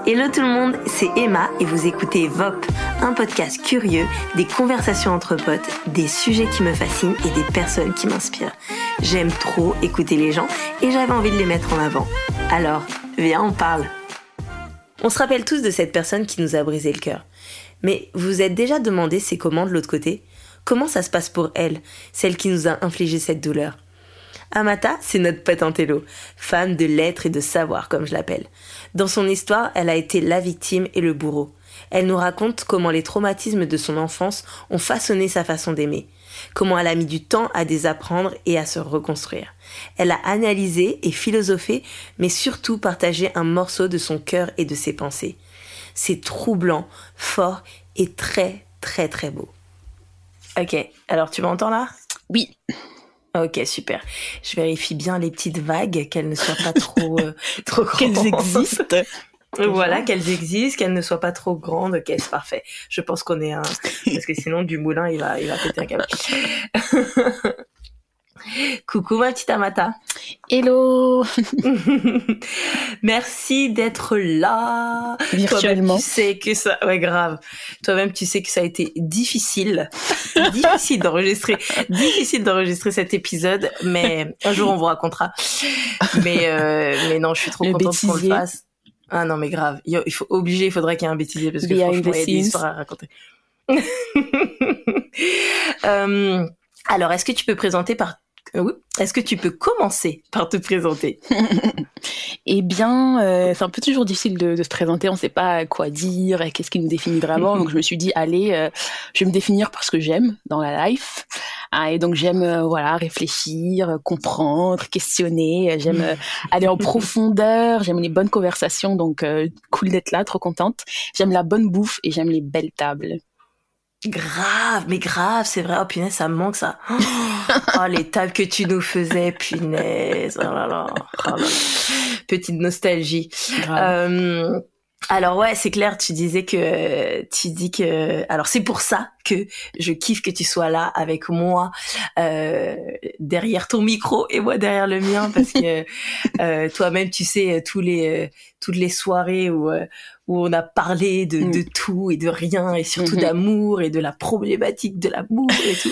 Hello tout le monde, c'est Emma et vous écoutez VOP, un podcast curieux, des conversations entre potes, des sujets qui me fascinent et des personnes qui m'inspirent. J'aime trop écouter les gens et j'avais envie de les mettre en avant. Alors, viens, on parle. On se rappelle tous de cette personne qui nous a brisé le cœur. Mais vous vous êtes déjà demandé c'est comment de l'autre côté ? Comment ça se passe pour elle, celle qui nous a infligé cette douleur ? Amata, c'est notre pote Antello, femme de lettres et de savoir comme je l'appelle. Dans son histoire, elle a été la victime et le bourreau. Elle nous raconte comment les traumatismes de son enfance ont façonné sa façon d'aimer, comment elle a mis du temps à désapprendre et à se reconstruire. Elle a analysé et philosophé, mais surtout partagé un morceau de son cœur et de ses pensées. C'est troublant, fort et très très très beau. Ok, alors tu m'entends là ? Oui. Ok, super. Je vérifie bien les petites vagues, qu'elles ne soient pas trop grandes. Qu'elles existent. Voilà, qu'elles existent, qu'elles ne soient pas trop grandes. Ok, c'est parfait. Je pense qu'on est parce que sinon, du moulin, il va péter un câble. Coucou ma petite Amata. Hello. Merci d'être là. Virtuellement. Toi-même, tu sais que ça, ouais, grave. Toi-même, tu sais que ça a été difficile d'enregistrer cet épisode, mais un jour on vous racontera. Mais non, je suis trop contente qu'on le fasse. Ah non, mais grave. Il faudrait qu'il y ait un bêtisier parce que franchement, il y a des histoires à raconter. Alors, est-ce que tu peux commencer par te présenter ? Eh bien, c'est un peu toujours difficile de se présenter. On ne sait pas quoi dire, qu'est-ce qui nous définit vraiment. Donc, je me suis dit, allez, je vais me définir par ce que j'aime dans la life. Et donc, j'aime réfléchir, comprendre, questionner. J'aime aller en profondeur. J'aime les bonnes conversations. Donc, cool d'être là, trop contente. J'aime la bonne bouffe et j'aime les belles tables. Grave, c'est vrai. Oh punaise, ça me manque ça. Oh, les tables que tu nous faisais, punaise. Oh là là. Petite nostalgie. Alors ouais, c'est clair, tu dis que alors c'est pour ça que je kiffe que tu sois là avec moi derrière ton micro et moi derrière le mien parce que toi-même tu sais toutes les soirées où on a parlé de tout et de rien et surtout d'amour et de la problématique de l'amour et tout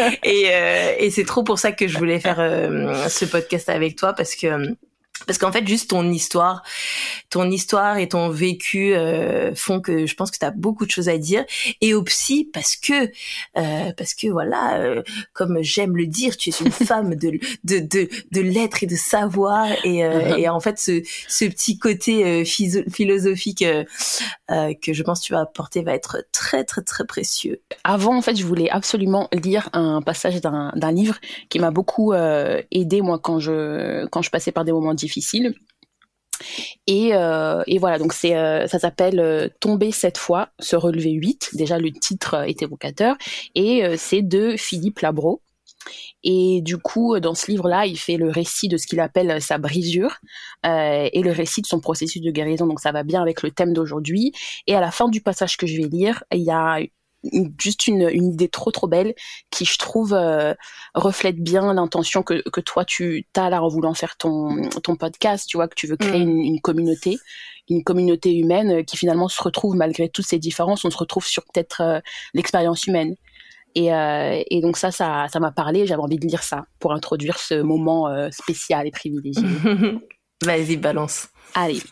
et c'est trop pour ça que je voulais faire ce podcast avec toi parce qu'en fait juste ton histoire et ton vécu font que je pense que tu as beaucoup de choses à dire et aussi parce que voilà comme j'aime le dire tu es une femme de lettres et de savoir et en fait ce petit côté philosophique que je pense que tu vas apporter va être très très très précieux. Avant en fait je voulais absolument lire un passage d'un livre qui m'a beaucoup aidé moi quand je passais par des moments difficiles. Et voilà, donc ça s'appelle Tomber 7 fois, se relever 8. Déjà, le titre est évocateur. Et c'est de Philippe Labro. Et du coup, dans ce livre-là, il fait le récit de ce qu'il appelle sa brisure et le récit de son processus de guérison. Donc, ça va bien avec le thème d'aujourd'hui. Et à la fin du passage que je vais lire, il y a juste une idée trop belle qui je trouve reflète bien l'intention que toi tu as là en voulant faire ton podcast, tu vois, que tu veux créer une communauté humaine qui finalement se retrouve malgré toutes ces différences, on se retrouve sur peut-être l'expérience humaine et donc ça m'a parlé, j'avais envie de lire ça pour introduire ce moment spécial et privilégié. Vas-y, balance. Allez.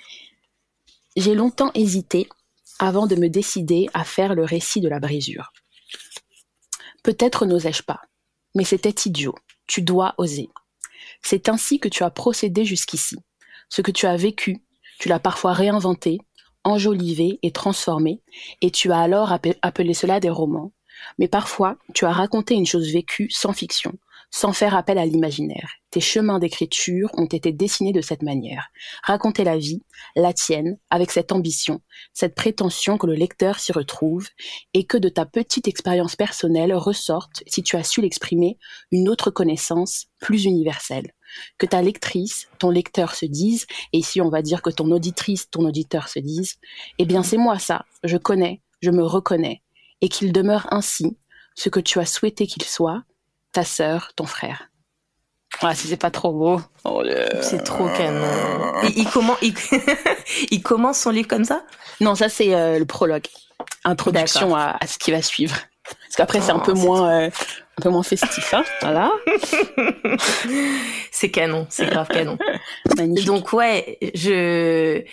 J'ai longtemps hésité avant de me décider à faire le récit de la brisure. Peut-être n'osais-je pas, mais c'était idiot. Tu dois oser. C'est ainsi que tu as procédé jusqu'ici. Ce que tu as vécu, tu l'as parfois réinventé, enjolivé et transformé, et tu as alors appelé cela des romans. Mais parfois, tu as raconté une chose vécue sans fiction, sans faire appel à l'imaginaire. Tes chemins d'écriture ont été dessinés de cette manière. Raconter la vie, la tienne, avec cette ambition, cette prétention que le lecteur s'y retrouve et que de ta petite expérience personnelle ressorte, si tu as su l'exprimer, une autre connaissance plus universelle. Que ta lectrice, ton lecteur se disent, et ici on va dire que ton auditrice, ton auditeur se disent, eh bien c'est moi ça, je connais, je me reconnais, et qu'il demeure ainsi, ce que tu as souhaité qu'il soit, ta sœur, ton frère. Ah, si c'est pas trop beau. Oh, C'est trop canon. Il commence son livre comme ça? Non, ça c'est le prologue. Introduction à ce qui va suivre. Parce qu'après c'est un peu moins festif, hein. Voilà. C'est canon, c'est grave canon. Magnifique. Donc ouais, je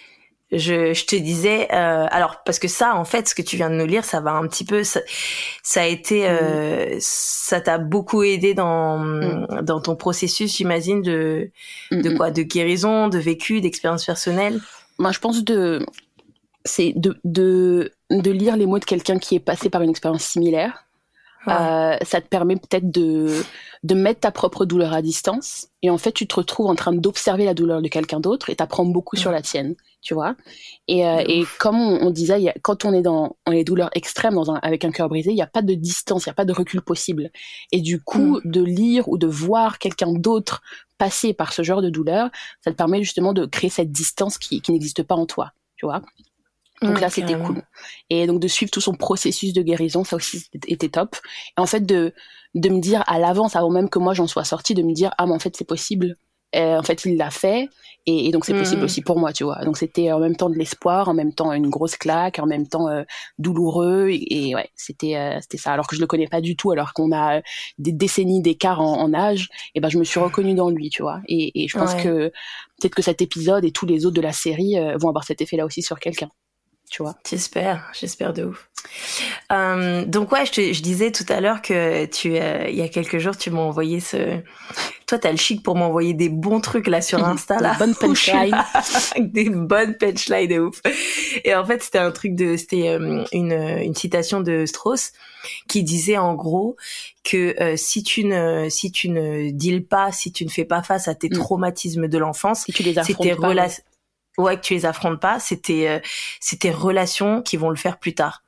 te disais, alors parce que ça, en fait, ce que tu viens de nous lire, ça va un petit peu, ça a été, ça t'a beaucoup aidé dans ton processus, j'imagine, de quoi, de guérison, de vécu, d'expérience personnelle. Moi, je pense c'est de lire les mots de quelqu'un qui est passé par une expérience similaire. Ouais. Ça te permet peut-être de mettre ta propre douleur à distance, et en fait tu te retrouves en train d'observer la douleur de quelqu'un d'autre et t'apprends beaucoup sur la tienne, tu vois. Et comme on disait, quand on est dans les douleurs extrêmes avec un cœur brisé, il n'y a pas de distance, il n'y a pas de recul possible, et du coup de lire ou de voir quelqu'un d'autre passer par ce genre de douleur, ça te permet justement de créer cette distance qui n'existe pas en toi, tu vois. Donc là, c'était cool. Et donc de suivre tout son processus de guérison, ça aussi était top. Et en fait, de me dire à l'avance, avant même que moi j'en sois sortie, de me dire mais en fait c'est possible. En fait, il l'a fait, et donc c'est possible aussi pour moi, tu vois. Donc c'était en même temps de l'espoir, en même temps une grosse claque, en même temps douloureux, et ouais, c'était ça. Alors que je le connais pas du tout, alors qu'on a des décennies d'écart en âge, et ben je me suis reconnue dans lui, tu vois. Et je pense que peut-être que cet épisode et tous les autres de la série vont avoir cet effet-là aussi sur quelqu'un. Tu vois. J'espère de ouf. Donc ouais, je disais tout à l'heure que il y a quelques jours, tu m'as envoyé toi t'as le chic pour m'envoyer des bons trucs là sur Insta, là. Des bonnes punchlines. Des bonnes punchlines de ouf. Et en fait, c'était une citation de Strauss qui disait en gros que si tu ne deals pas, si tu ne fais pas face à tes traumatismes de l'enfance, si tu les affrontes c'est tes pas, ouais, que tu les affrontes pas, c'est tes relations qui vont le faire plus tard.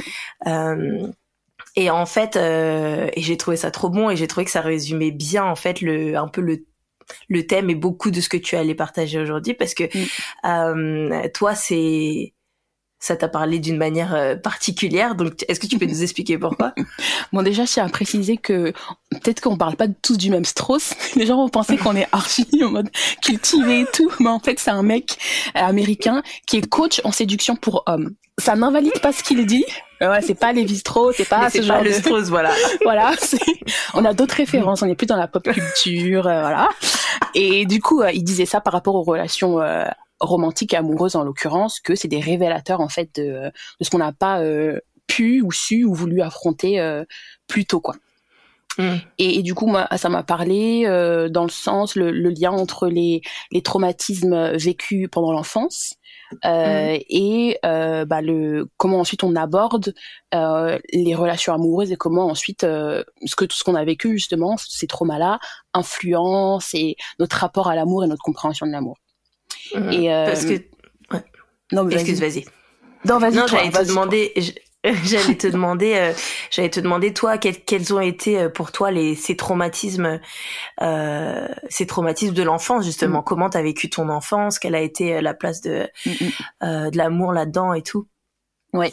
Et en fait, et j'ai trouvé ça trop bon, et j'ai trouvé que ça résumait bien en fait un peu le thème et beaucoup de ce que tu allais partager aujourd'hui, parce que toi ça t'a parlé d'une manière particulière, donc est-ce que tu peux nous expliquer pourquoi? Bon, déjà, je tiens à préciser que peut-être qu'on parle pas tous du même Strauss. Les gens vont penser qu'on est archi en mode cultivé et tout, mais en fait, c'est un mec américain qui est coach en séduction pour hommes. Ça n'invalide pas ce qu'il dit. Ouais, c'est pas Lévi-Strauss, c'est pas ce genre le Strauss, voilà. Voilà, on a d'autres références, on est plus dans la pop culture, voilà. Et du coup, il disait ça par rapport aux relations romantiques et amoureuses en l'occurrence, que c'est des révélateurs en fait de ce qu'on n'a pas pu ou su ou voulu affronter plus tôt, quoi. Et du coup, moi, ça m'a parlé dans le sens, le lien entre les traumatismes vécus pendant l'enfance et comment ensuite on aborde les relations amoureuses, et comment ensuite tout ce qu'on a vécu justement, ces traumas-là, influencent et notre rapport à l'amour et notre compréhension de l'amour. Et parce que non, mais vas-y. Non, vas-y. Non, j'allais te demander toi quels ont été pour toi ces traumatismes de l'enfance, justement. Comment t'as vécu ton enfance, quelle a été la place de l'amour là-dedans et tout. Ouais.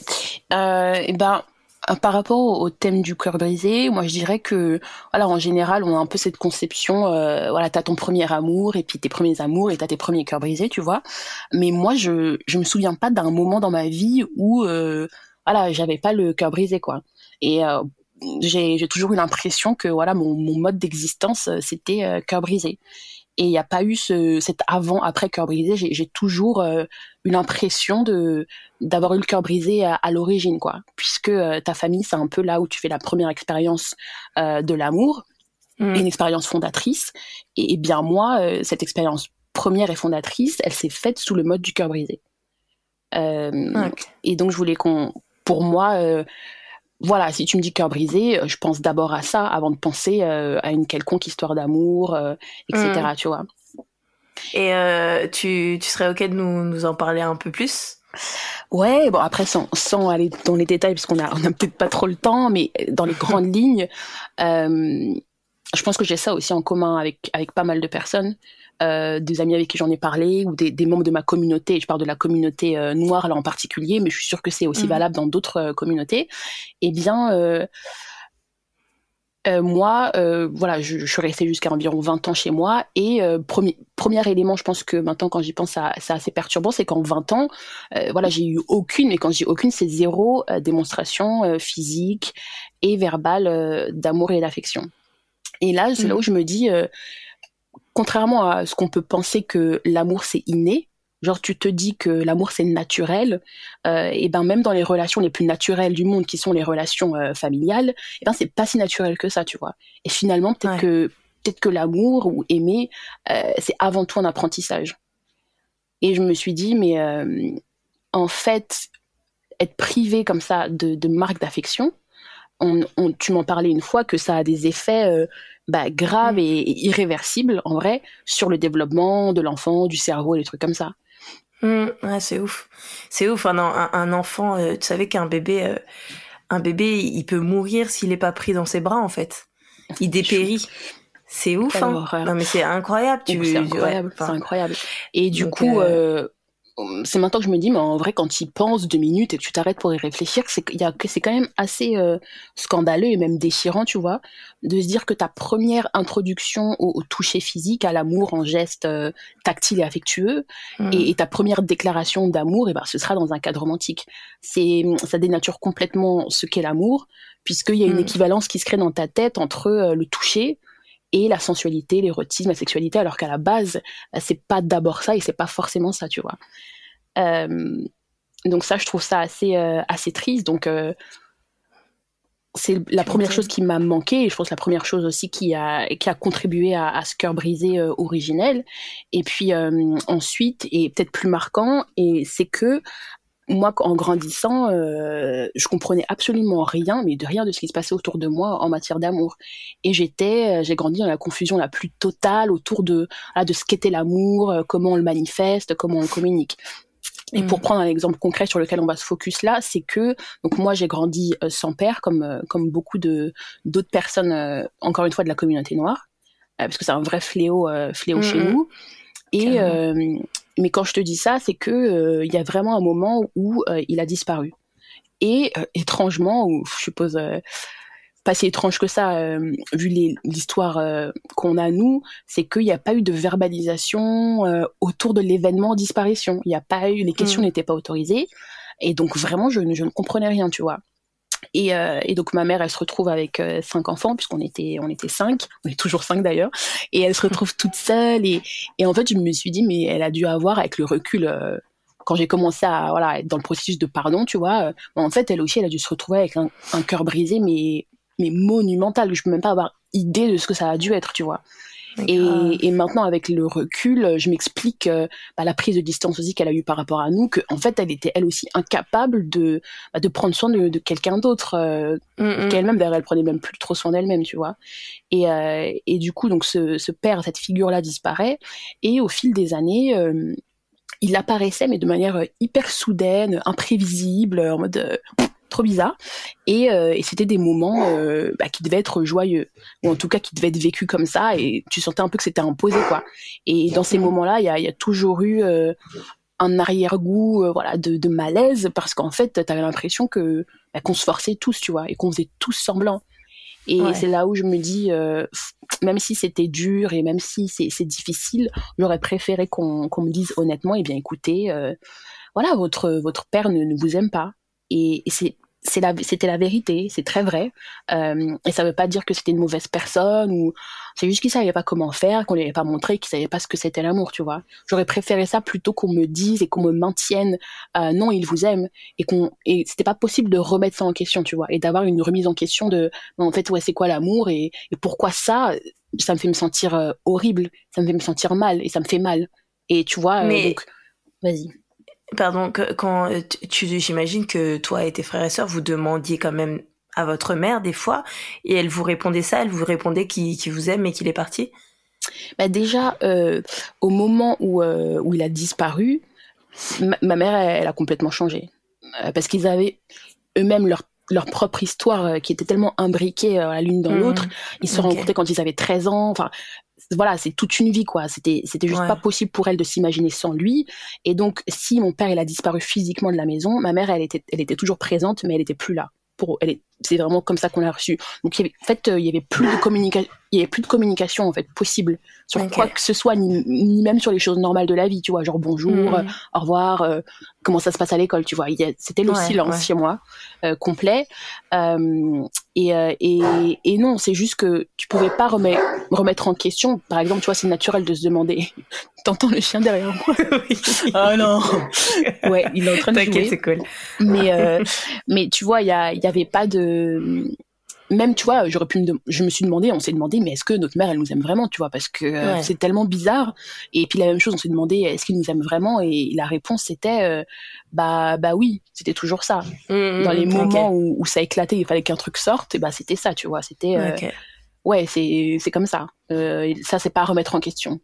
Par rapport au thème du cœur brisé, moi je dirais que voilà, en général on a un peu cette conception, voilà, t'as ton premier amour et puis tes premiers amours et t'as tes premiers cœurs brisés, tu vois. Mais moi je me souviens pas d'un moment dans ma vie où voilà, j'avais pas le cœur brisé, quoi. Et j'ai toujours eu l'impression que voilà, mon mode d'existence c'était cœur brisé. Et il n'y a pas eu cet avant-après cœur brisé. J'ai toujours eu l'impression d'avoir eu le cœur brisé à l'origine, quoi. Puisque ta famille, c'est un peu là où tu fais la première expérience de l'amour, et une expérience fondatrice. Et bien moi, cette expérience première et fondatrice, elle s'est faite sous le mode du cœur brisé. Et donc je voulais pour moi, voilà, si tu me dis cœur brisé, je pense d'abord à ça avant de penser à une quelconque histoire d'amour, etc. Tu vois. Et tu serais ok de nous en parler un peu plus? Ouais, bon après sans aller dans les détails parce qu'on a peut-être pas trop le temps, mais dans les grandes lignes, je pense que j'ai ça aussi en commun avec pas mal de personnes. Des amis avec qui j'en ai parlé, ou des membres de ma communauté. Je parle de la communauté noire là en particulier, mais je suis sûre que c'est aussi valable dans d'autres communautés. Eh bien, Moi, voilà, je suis restée jusqu'à environ 20 ans chez moi et premier élément, je pense que maintenant quand j'y pense, c'est assez perturbant, c'est qu'en 20 ans, voilà, j'ai eu aucune, mais quand je dis aucune, c'est zéro démonstration physique et verbale d'amour et d'affection. Et là, c'est là où je me dis, contrairement à ce qu'on peut penser que l'amour c'est inné, genre tu te dis que l'amour c'est naturel, et ben même dans les relations les plus naturelles du monde, qui sont les relations familiales, et ben c'est pas si naturel que ça, tu vois. Et finalement peut-être que l'amour ou aimer, c'est avant tout un apprentissage. Et je me suis dit mais en fait être privé comme ça de marques d'affection, tu m'en parlais une fois que ça a des effets graves et irréversibles en vrai sur le développement de l'enfant, du cerveau et des trucs comme ça. Ouais, c'est ouf. C'est ouf. Un enfant, tu savais qu'un bébé, il peut mourir s'il est pas pris dans ses bras, en fait. Il dépérit. C'est ouf, hein. Non, mais c'est incroyable. C'est incroyable. Ouais, c'est incroyable. Et du coup, c'est maintenant que je me dis, mais en vrai, quand tu y penses 2 minutes et que tu t'arrêtes pour y réfléchir, c'est quand même assez scandaleux et même déchirant, tu vois, de se dire que ta première introduction au toucher physique, à l'amour en geste tactile et affectueux, et ta première déclaration d'amour, et ben, ce sera dans un cadre romantique. Ça dénature complètement ce qu'est l'amour, puisqu'il y a une équivalence qui se crée dans ta tête entre le toucher et la sensualité, l'érotisme, la sexualité, alors qu'à la base, c'est pas d'abord ça et c'est pas forcément ça, tu vois. Donc ça, je trouve ça assez triste. Donc c'est la première chose qui m'a manqué, et je pense la première chose aussi qui a contribué à ce cœur brisé originel. Et puis ensuite, et peut-être plus marquant, et c'est que moi, en grandissant, je comprenais absolument rien, mais de rien de ce qui se passait autour de moi en matière d'amour. Et j'ai grandi dans la confusion la plus totale autour de ce qu'était l'amour, comment on le manifeste, comment on le communique. Et pour prendre un exemple concret sur lequel on va se focus là, c'est que donc moi j'ai grandi sans père, comme beaucoup d'autres personnes, encore une fois de la communauté noire, parce que c'est un vrai fléau chez nous. Et mais quand je te dis ça, c'est que il y a vraiment un moment où il a disparu. Et étrangement, ou je suppose pas si étrange que ça, vu l'histoire qu'on a nous, c'est qu'il n'y a pas eu de verbalisation autour de l'événement disparition. Il n'y a pas eu, les questions n'étaient pas autorisées, et donc vraiment je ne comprenais rien, tu vois. Et donc ma mère, elle se retrouve avec 5 enfants, puisqu'on était 5, on est toujours 5 d'ailleurs, et elle se retrouve toute seule, et en fait je me suis dit mais elle a dû avoir, avec le recul, quand j'ai commencé à être dans le processus de pardon, tu vois, en fait elle aussi, elle a dû se retrouver avec un cœur brisé, mais monumental, je peux même pas avoir idée de ce que ça a dû être, tu vois. Et maintenant, avec le recul, je m'explique la prise de distance aussi qu'elle a eue par rapport à nous, qu'en fait, elle était elle aussi incapable de prendre soin de quelqu'un d'autre, qu'elle-même, d'ailleurs, elle prenait même plus trop soin d'elle-même, tu vois. Et du coup, donc ce père, cette figure-là disparaît, et au fil des années, il apparaissait, mais de manière hyper soudaine, imprévisible, en mode trop bizarre, et c'était des moments qui devaient être joyeux, ou en tout cas qui devaient être vécus comme ça, et tu sentais un peu que c'était imposé, quoi. Et dans ces moments-là, il y a toujours eu un arrière-goût de malaise, parce qu'en fait t'avais l'impression que qu'on se forçait tous, tu vois, et qu'on faisait tous semblant. Et c'est là où je me dis, même si c'était dur et même si c'est difficile, j'aurais préféré qu'on me dise honnêtement, eh bien écoutez, votre père ne vous aime pas. Et c'était la vérité, c'est très vrai. Et ça veut pas dire que c'était une mauvaise personne, ou c'est juste qu'il savait pas comment faire, qu'on lui avait pas montré, qu'il savait pas ce que c'était l'amour, tu vois. J'aurais préféré ça plutôt qu'on me dise et qu'on me maintienne non, il vous aime, et c'était pas possible de remettre ça en question, tu vois, et d'avoir une remise en question de en fait c'est quoi l'amour, et pourquoi ça me fait me sentir horrible, ça me fait me sentir mal, et ça me fait mal. Et tu vois, donc vas-y. Pardon, quand j'imagine que toi et tes frères et sœurs, vous demandiez quand même à votre mère des fois, et elle vous répondait ça, elle vous répondait qu'il vous aime et qu'il est parti? Déjà, au moment où il a disparu, ma mère, elle a complètement changé. Parce qu'ils avaient eux-mêmes leur propre histoire qui était tellement imbriquée l'une dans l'autre. Ils se sont rencontrés quand ils avaient 13 ans. Enfin, voilà, c'est toute une vie, quoi. C'était juste pas possible pour elle de s'imaginer sans lui. Et donc, si mon père, il a disparu physiquement de la maison, ma mère, elle était toujours présente, mais elle était plus là c'est vraiment comme ça qu'on l'a reçue. Donc il y avait plus de communication en fait possible sur quoi que ce soit, ni même sur les choses normales de la vie, tu vois, genre bonjour, au revoir, comment ça se passe à l'école, tu vois. C'était le silence chez moi, complet. Et non, c'est juste que tu pouvais pas remettre en question. Par exemple, tu vois, c'est naturel de se demander. T'entends le chien derrière moi? Oui. Oh non. Ouais, il est en train de jouer. T'inquiète, c'est cool. Mais tu vois, il y avait pas de. Même, tu vois, je me suis demandé, on s'est demandé, mais est-ce que notre mère, elle nous aime vraiment, tu vois, parce que c'est tellement bizarre. Et puis la même chose, on s'est demandé, est-ce qu'il nous aime vraiment? Et la réponse c'était, bah oui, c'était toujours ça. Dans les moments où ça éclatait, il fallait qu'un truc sorte, et bah c'était ça, tu vois, c'était, ouais, c'est comme ça. Ça, c'est pas à remettre en question.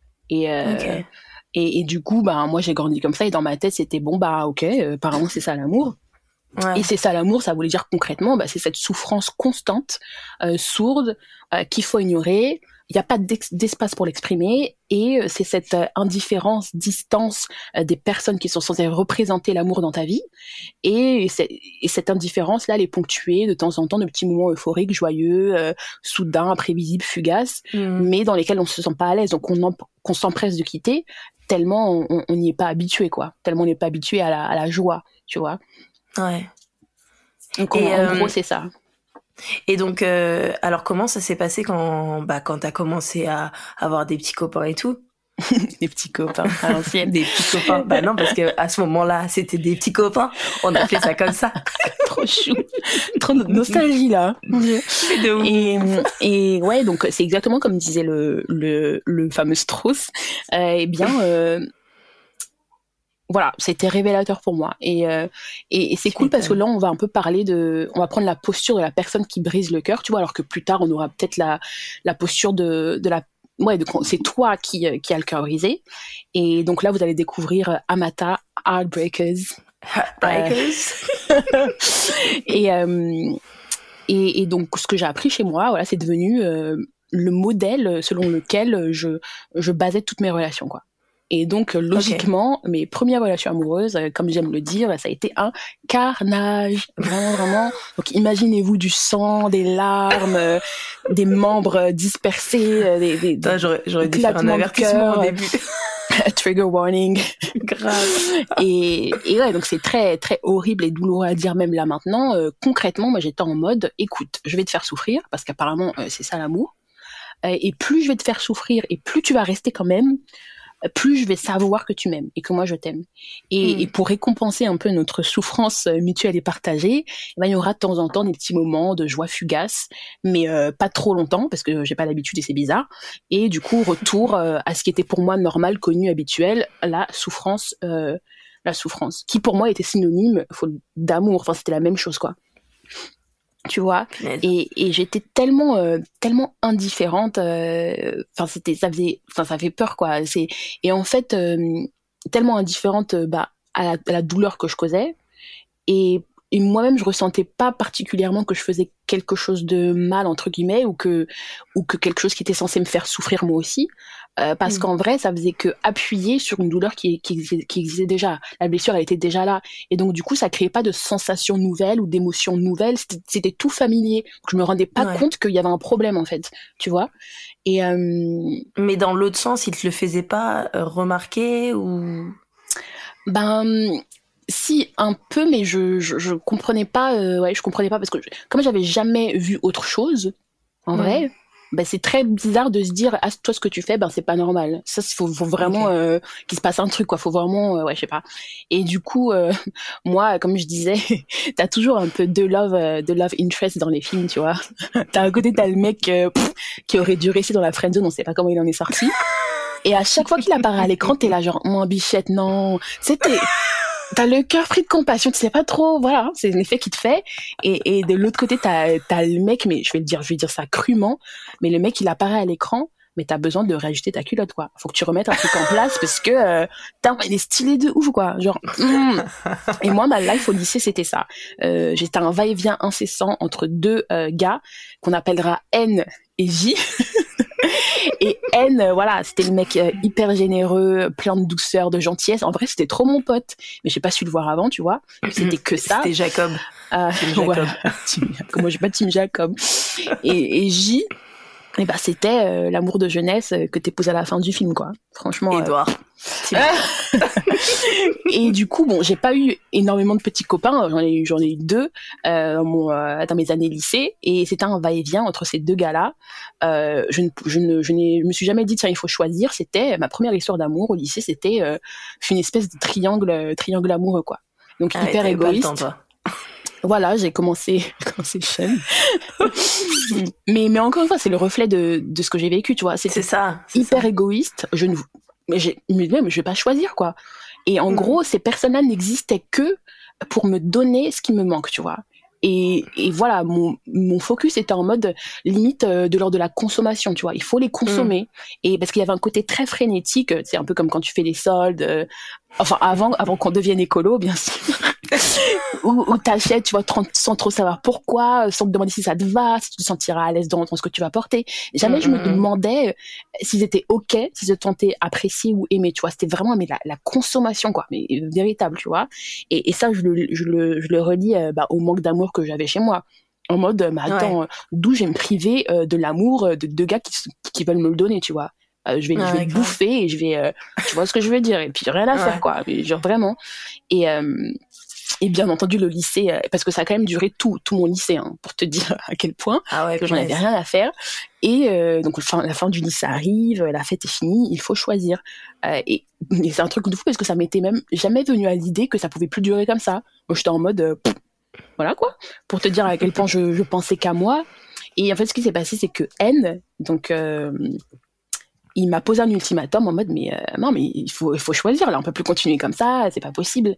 Et du coup, bah moi j'ai grandi comme ça, et dans ma tête c'était bon, bah ok, apparemment c'est ça l'amour. Ouais. Et c'est ça l'amour, ça voulait dire concrètement, bah, c'est cette souffrance constante, sourde, qu'il faut ignorer. Il n'y a pas d'espace pour l'exprimer, et c'est cette indifférence, distance des personnes qui sont censées représenter l'amour dans ta vie. Et cette indifférence-là, elle est ponctuée de temps en temps de petits moments euphoriques, joyeux, soudains, imprévisibles, fugaces, mais dans lesquels on se sent pas à l'aise, donc qu'on s'empresse de quitter, tellement on n'y est pas habitué, quoi. Tellement on n'est pas habitué à la joie, tu vois. Ouais. Donc en gros c'est ça. Et donc alors comment ça s'est passé quand t'as commencé à avoir des petits copains et tout? Des petits copains à l'ancienne. Des petits copains. Bah non, parce que à ce moment-là c'était des petits copains, on appelait ça comme ça. Trop chou, trop de nostalgie là. Et ouais, donc c'est exactement comme disait le fameux Strauss. Eh bien voilà, c'était révélateur pour moi. Et c'est cool parce que là, on va un peu on va prendre la posture de la personne qui brise le cœur, tu vois, alors que plus tard, on aura peut-être la posture c'est toi qui a le cœur brisé. Et donc là, vous allez découvrir Amata, Heartbreakers. Et donc, ce que j'ai appris chez moi, voilà, c'est devenu le modèle selon lequel je basais toutes mes relations, quoi. Et donc, logiquement, mes premières relations amoureuses, comme j'aime le dire, ça a été un carnage. Vraiment, vraiment. Donc, imaginez-vous du sang, des larmes, des membres dispersés, j'aurais dû faire un avertissement au début. Trigger warning. Grave. Et ouais, donc c'est très, très horrible et douloureux à dire même là maintenant. Concrètement, moi, j'étais en mode, écoute, je vais te faire souffrir, parce qu'apparemment, c'est ça l'amour. Et plus je vais te faire souffrir, et plus tu vas rester quand même, plus je vais savoir que tu m'aimes et que moi je t'aime. Et pour récompenser un peu notre souffrance mutuelle et partagée, il y aura de temps en temps des petits moments de joie fugace, mais pas trop longtemps parce que j'ai pas l'habitude et c'est bizarre. Et du coup, retour à ce qui était pour moi normal, connu, habituel, la souffrance, qui pour moi était synonyme d'amour. Enfin, c'était la même chose, quoi. Tu vois, et j'étais tellement indifférente, ça fait peur, quoi. Et en fait tellement indifférente à la douleur que je causais, et moi-même je ressentais pas particulièrement que je faisais quelque chose de mal entre guillemets, ou que quelque chose qui était censé me faire souffrir moi aussi, parce qu'en vrai ça faisait que appuyer sur une douleur qui existait déjà. La blessure elle était déjà là, et donc du coup ça créait pas de sensations nouvelles ou d'émotions nouvelles, c'était tout familier, donc je me rendais pas compte qu'il y avait un problème en fait, tu vois. Et mais dans l'autre sens, il te le faisait pas remarquer ou si, un peu, mais je comprenais pas, je comprenais pas parce que comme j'avais jamais vu autre chose, en vrai, c'est très bizarre de se dire, ah, toi, ce que tu fais, c'est pas normal. Ça, faut vraiment, qu'il se passe un truc, quoi. Faut vraiment, je sais pas. Et du coup, moi, comme je disais, t'as toujours un peu de love interest dans les films, tu vois. T'as le mec, qui aurait dû rester dans la friendzone, on sait pas comment il en est sorti. Et à chaque fois qu'il apparaît à l'écran, t'es là genre, moi, bichette, non. T'as le cœur pris de compassion, tu sais pas trop, voilà, c'est l'effet qui te fait. Et de l'autre côté, t'as le mec, mais je vais dire ça crûment, mais le mec, il apparaît à l'écran, mais t'as besoin de réajuster ta culotte, quoi. Faut que tu remettes un truc en place parce que, il est stylé de ouf, quoi. Genre, Et moi, ma life au lycée, c'était ça. J'étais un va-et-vient incessant entre deux gars qu'on appellera N et J. Et N, voilà, c'était le mec hyper généreux, plein de douceur, de gentillesse. En vrai, c'était trop mon pote. Mais j'ai pas su le voir avant, tu vois. C'était que ça. C'était Jacob. Team Jacob. Voilà, moi, j'ai pas Team Jacob. Et J, et bah, c'était l'amour de jeunesse que t'épouses à la fin du film, quoi. Franchement. Édouard. Et du coup, bon, j'ai pas eu énormément de petits copains. J'en ai eu 2 dans mes années lycée, et c'était un va-et-vient entre ces 2 gars-là. Je me suis jamais dit tiens, il faut choisir. C'était ma première histoire d'amour au lycée. C'était une espèce de triangle amoureux, quoi. Donc hyper égoïste. Temps, toi. Voilà, j'ai commencé jeune. mais encore une fois, c'est le reflet de ce que j'ai vécu, tu vois. C'est ça. Hyper égoïste. Je vais pas choisir, quoi. Et en gros, ces personnes-là n'existaient que pour me donner ce qui me manque, tu vois. Et voilà, mon focus était en mode limite de l'ordre de la consommation, tu vois. Il faut les consommer. Et parce qu'il y avait un côté très frénétique, c'est un peu comme quand tu fais des soldes, enfin avant qu'on devienne écolo, bien sûr. où t'achètes, tu vois, sans trop savoir pourquoi, sans te demander si ça te va, si tu te sentiras à l'aise dans ce que tu vas porter. Jamais je me demandais s'ils étaient ok, s'ils se sentaient appréciés ou aimés, tu vois. C'était vraiment la consommation, quoi, mais véritable, tu vois. Et ça, je le relie au manque d'amour que j'avais chez moi. En mode, attends, d'où je vais me priver de l'amour de 2 gars qui veulent me le donner, tu vois. Je vais le bouffer et je vais, tu vois ce que je veux dire, et puis rien à faire, quoi. Mais genre vraiment. Et bien entendu le lycée, parce que ça a quand même duré tout mon lycée, hein, pour te dire à quel point que j'en avais rien à faire. Et donc la fin du lycée arrive, la fête est finie, il faut choisir. Et c'est un truc de fou parce que ça m'était même jamais venu à l'idée que ça pouvait plus durer comme ça. Moi j'étais en mode voilà, quoi, pour te dire à quel point je pensais qu'à moi. Et en fait ce qui s'est passé, c'est que N, donc il m'a posé un ultimatum en mode non, mais il faut choisir, là on peut plus continuer comme ça, c'est pas possible.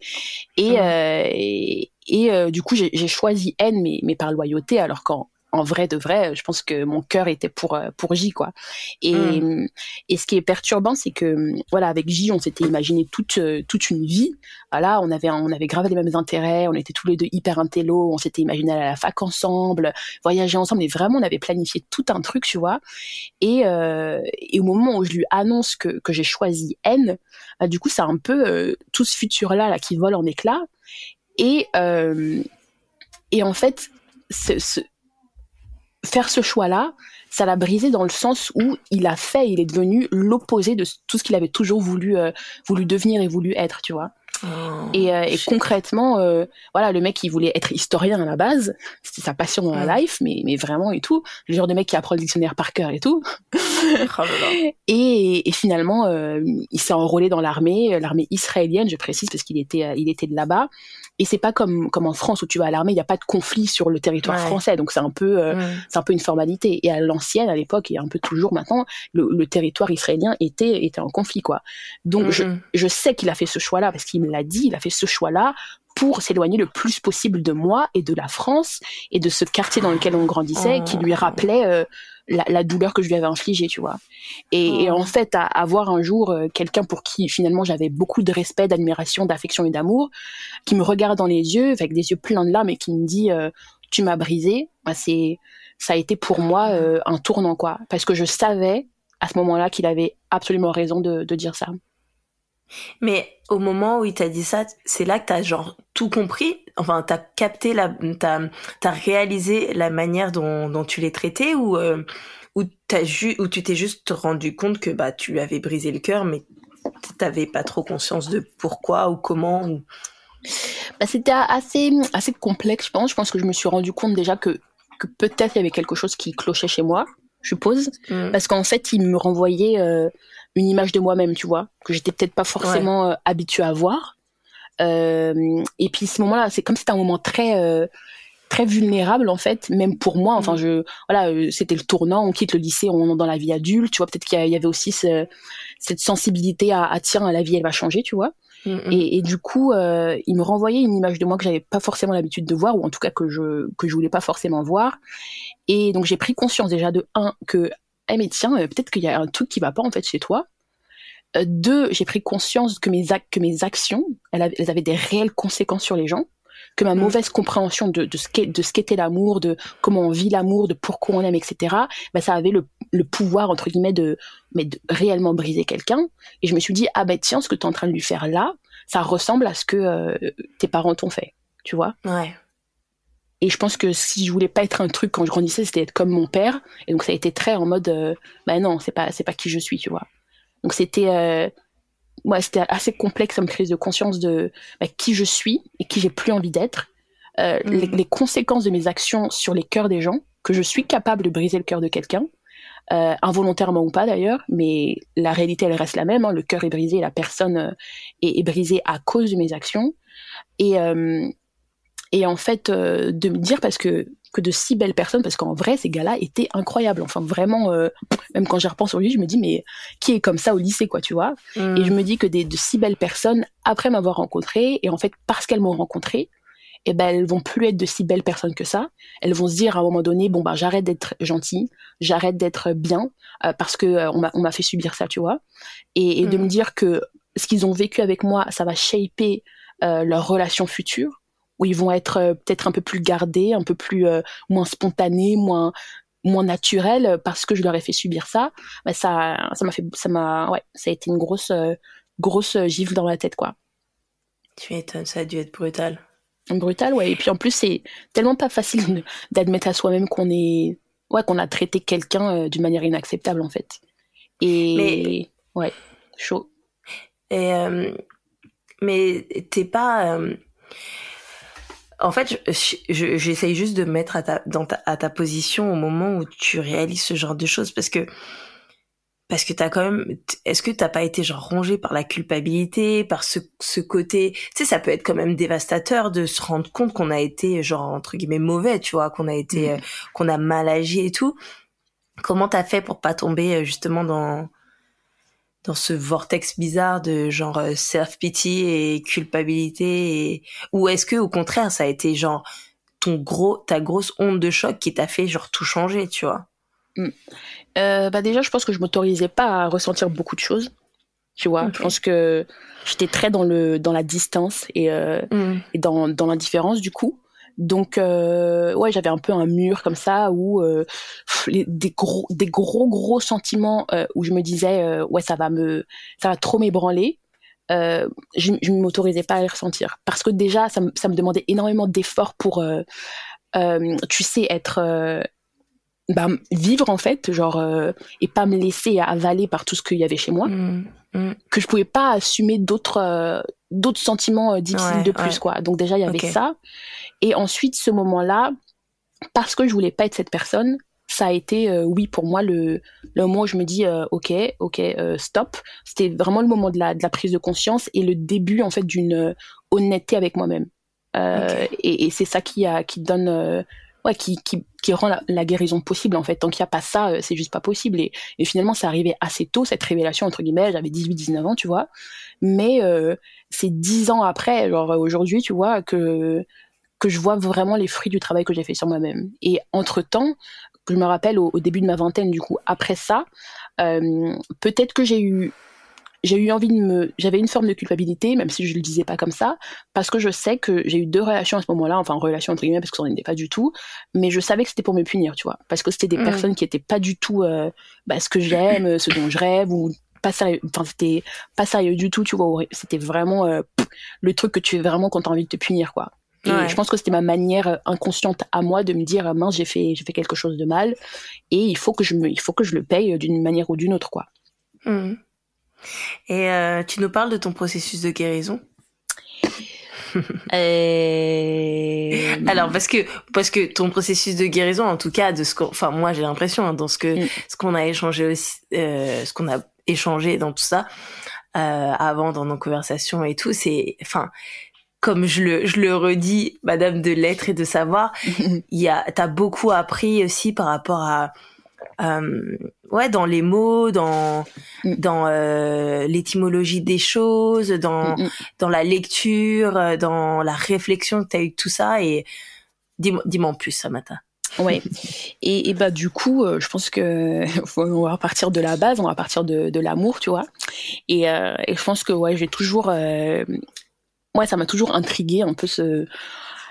Et du coup j'ai choisi N, mais par loyauté, alors qu'en vrai de vrai, je pense que mon cœur était pour J, quoi. Et ce qui est perturbant, c'est que voilà, avec J, on s'était imaginé toute une vie. Voilà, on avait grave les mêmes intérêts, on était tous les 2 hyper intello, on s'était imaginé aller à la fac ensemble, voyager ensemble, et vraiment on avait planifié tout un truc, tu vois. Et au moment où je lui annonce que j'ai choisi N, du coup, c'est un peu tout ce futur-là qui vole en éclats. Et en fait, faire ce choix-là, ça l'a brisé dans le sens où il est devenu l'opposé de tout ce qu'il avait toujours voulu devenir et voulu être, tu vois. Et concrètement, voilà, le mec, il voulait être historien à la base, c'était sa passion dans la life, mais vraiment et tout, le genre de mec qui apprend le dictionnaire par cœur et tout. Et finalement, il s'est enrôlé dans l'armée israélienne, je précise, parce qu'il était de là-bas. Et c'est pas comme en France où tu vas à l'armée, il y a pas de conflit sur le territoire français, donc c'est un peu une formalité. Et à l'ancienne, à l'époque, et un peu toujours maintenant, le territoire israélien était en conflit, quoi. Donc je sais qu'il a fait ce choix-là parce qu'il me l'a dit, il a fait ce choix-là pour s'éloigner le plus possible de moi et de la France et de ce quartier dans lequel on grandissait, qui lui rappelait la douleur que je lui avais infligée, tu vois. Et en fait, à voir un jour quelqu'un pour qui finalement j'avais beaucoup de respect, d'admiration, d'affection et d'amour, qui me regarde dans les yeux avec des yeux pleins de larmes et qui me dit tu m'as brisé, ça a été pour moi un tournant, quoi, parce que je savais à ce moment-là qu'il avait absolument raison de dire ça. Mais au moment où il t'a dit ça, c'est là que t'as genre tout compris, enfin t'as capté, t'as réalisé la manière dont tu l'es traité, ou tu t'es juste rendu compte que tu lui avais brisé le cœur, mais t'avais pas trop conscience de pourquoi ou comment C'était assez complexe, je pense. Je pense que je me suis rendu compte déjà que peut-être il y avait quelque chose qui clochait chez moi, je suppose, parce qu'en fait il me renvoyait une image de moi-même, tu vois, que j'étais peut-être pas forcément habituée à voir. Et puis ce moment-là, c'est comme si c'était un moment très très vulnérable, en fait, même pour moi. Enfin, c'était le tournant, on quitte le lycée, on est dans la vie adulte, tu vois. Peut-être qu'il y avait aussi cette sensibilité à tiens, la vie elle va changer, tu vois. Et du coup, il me renvoyait une image de moi que j'avais pas forcément l'habitude de voir, ou en tout cas que je voulais pas forcément voir. Et donc j'ai pris conscience déjà de que mais tiens, peut-être qu'il y a un truc qui va pas en fait chez toi. 2, j'ai pris conscience que mes actions, elles avaient des réelles conséquences sur les gens, que ma mauvaise compréhension de ce qu'était l'amour, de comment on vit l'amour, de pourquoi on aime, etc. Ça avait le pouvoir entre guillemets de réellement briser quelqu'un. Et je me suis dit ah ben tiens, ce que tu es en train de lui faire là, ça ressemble à ce que tes parents t'ont fait, tu vois. Ouais. Et je pense que si je voulais pas être un truc quand je grandissais, c'était être comme mon père. Et donc ça a été très en mode bah non, c'est pas qui je suis, tu vois. Donc c'était c'était assez complexe comme prise de conscience de qui je suis et qui j'ai plus envie d'être. Les conséquences de mes actions sur les cœurs des gens, que je suis capable de briser le cœur de quelqu'un, involontairement ou pas d'ailleurs, mais la réalité elle reste la même, hein, le cœur est brisé, la personne est brisée à cause de mes actions, et en fait de me dire que de si belles personnes, parce qu'en vrai ces gars-là étaient incroyables, enfin vraiment, même quand j'y repense aujourd'hui je me dis mais qui est comme ça au lycée quoi, tu vois. Et je me dis que de si belles personnes après m'avoir rencontrée, et en fait parce qu'elles m'ont rencontrée, et ben elles vont plus être de si belles personnes que ça. Elles vont se dire à un moment donné bon j'arrête d'être gentille, j'arrête d'être bien, parce que on m'a fait subir ça, tu vois. Et de me dire que ce qu'ils ont vécu avec moi, ça va shaper leur relation future, où ils vont être peut-être un peu plus gardés, un peu plus moins spontanés, moins naturels, parce que je leur ai fait subir ça. Ça a été une grosse gifle dans la tête, quoi. Tu m'étonnes, ça a dû être brutal. Brutal, ouais. Et puis en plus, c'est tellement pas facile d'admettre à soi-même qu'on a traité quelqu'un d'une manière inacceptable, en fait. Et ouais, chaud. Et mais t'es pas. En fait, j'essaye juste de me mettre à ta position au moment où tu réalises ce genre de choses, parce que t'as quand même, est-ce que t'as pas été genre rongé par la culpabilité, par ce côté, tu sais, ça peut être quand même dévastateur de se rendre compte qu'on a été genre entre guillemets mauvais, tu vois, qu'on a été, qu'on a mal agi et tout. Comment t'as fait pour pas tomber justement dans ce vortex bizarre de genre self-pity et culpabilité, ou est-ce que au contraire ça a été genre ta grosse onde de choc qui t'a fait genre tout changer, tu vois? Déjà, je pense que je m'autorisais pas à ressentir beaucoup de choses, tu vois. Okay. Je pense que j'étais très dans la distance et dans l'indifférence du coup. Donc j'avais un peu un mur comme ça où des gros sentiments où je me disais ça va trop m'ébranler. Je m'autorisais pas à les ressentir, parce que déjà ça me demandait énormément d'efforts pour tu sais être vivre en fait, genre et pas me laisser avaler par tout ce qu'il y avait chez moi, que je pouvais pas assumer d'autres sentiments difficiles de plus, quoi. Donc déjà il y avait ça, et ensuite ce moment-là, parce que je voulais pas être cette personne, ça a été pour moi le moment où je me dis stop. C'était vraiment le moment de la prise de conscience et le début en fait d'une honnêteté avec moi-même, et c'est ça qui donne qui rend la guérison possible, en fait. Tant qu'il n'y a pas ça, c'est juste pas possible. Et finalement, c'est arrivé assez tôt, cette révélation, entre guillemets. J'avais 18-19 ans, tu vois. Mais c'est 10 ans après, genre aujourd'hui, tu vois, que je vois vraiment les fruits du travail que j'ai fait sur moi-même. Et entre-temps, je me rappelle au début de ma vingtaine, du coup, après ça, peut-être que j'ai eu envie j'avais une forme de culpabilité, même si je le disais pas comme ça, parce que je sais que j'ai eu 2 relations à ce moment-là, enfin relations entre guillemets, parce que ça n'en était pas du tout, mais je savais que c'était pour me punir, tu vois, parce que c'était des personnes qui étaient pas du tout ce que j'aime, ce dont je rêve, ou pas sérieux, enfin c'était pas sérieux du tout, tu vois, c'était vraiment le truc que tu fais vraiment quand t'as envie de te punir, quoi. Et je pense que c'était ma manière inconsciente à moi de me dire mince, j'ai fait quelque chose de mal, et il faut que je le paye d'une manière ou d'une autre, quoi. Et tu nous parles de ton processus de guérison? Alors parce que ton processus de guérison, en tout cas moi j'ai l'impression dans ce qu'on a échangé aussi, ce qu'on a échangé dans tout ça avant dans nos conversations et tout, c'est comme je le redis, Madame de l'être et de savoir, t'as beaucoup appris aussi par rapport à dans les mots, dans l'étymologie des choses, dans la lecture, dans la réflexion que t'as eu de tout ça, et dis-moi en plus, Samantha. Ouais. Et du coup, je pense que on va partir de la base, on va partir de l'amour, tu vois. Et je pense que j'ai toujours ça m'a toujours intrigué un peu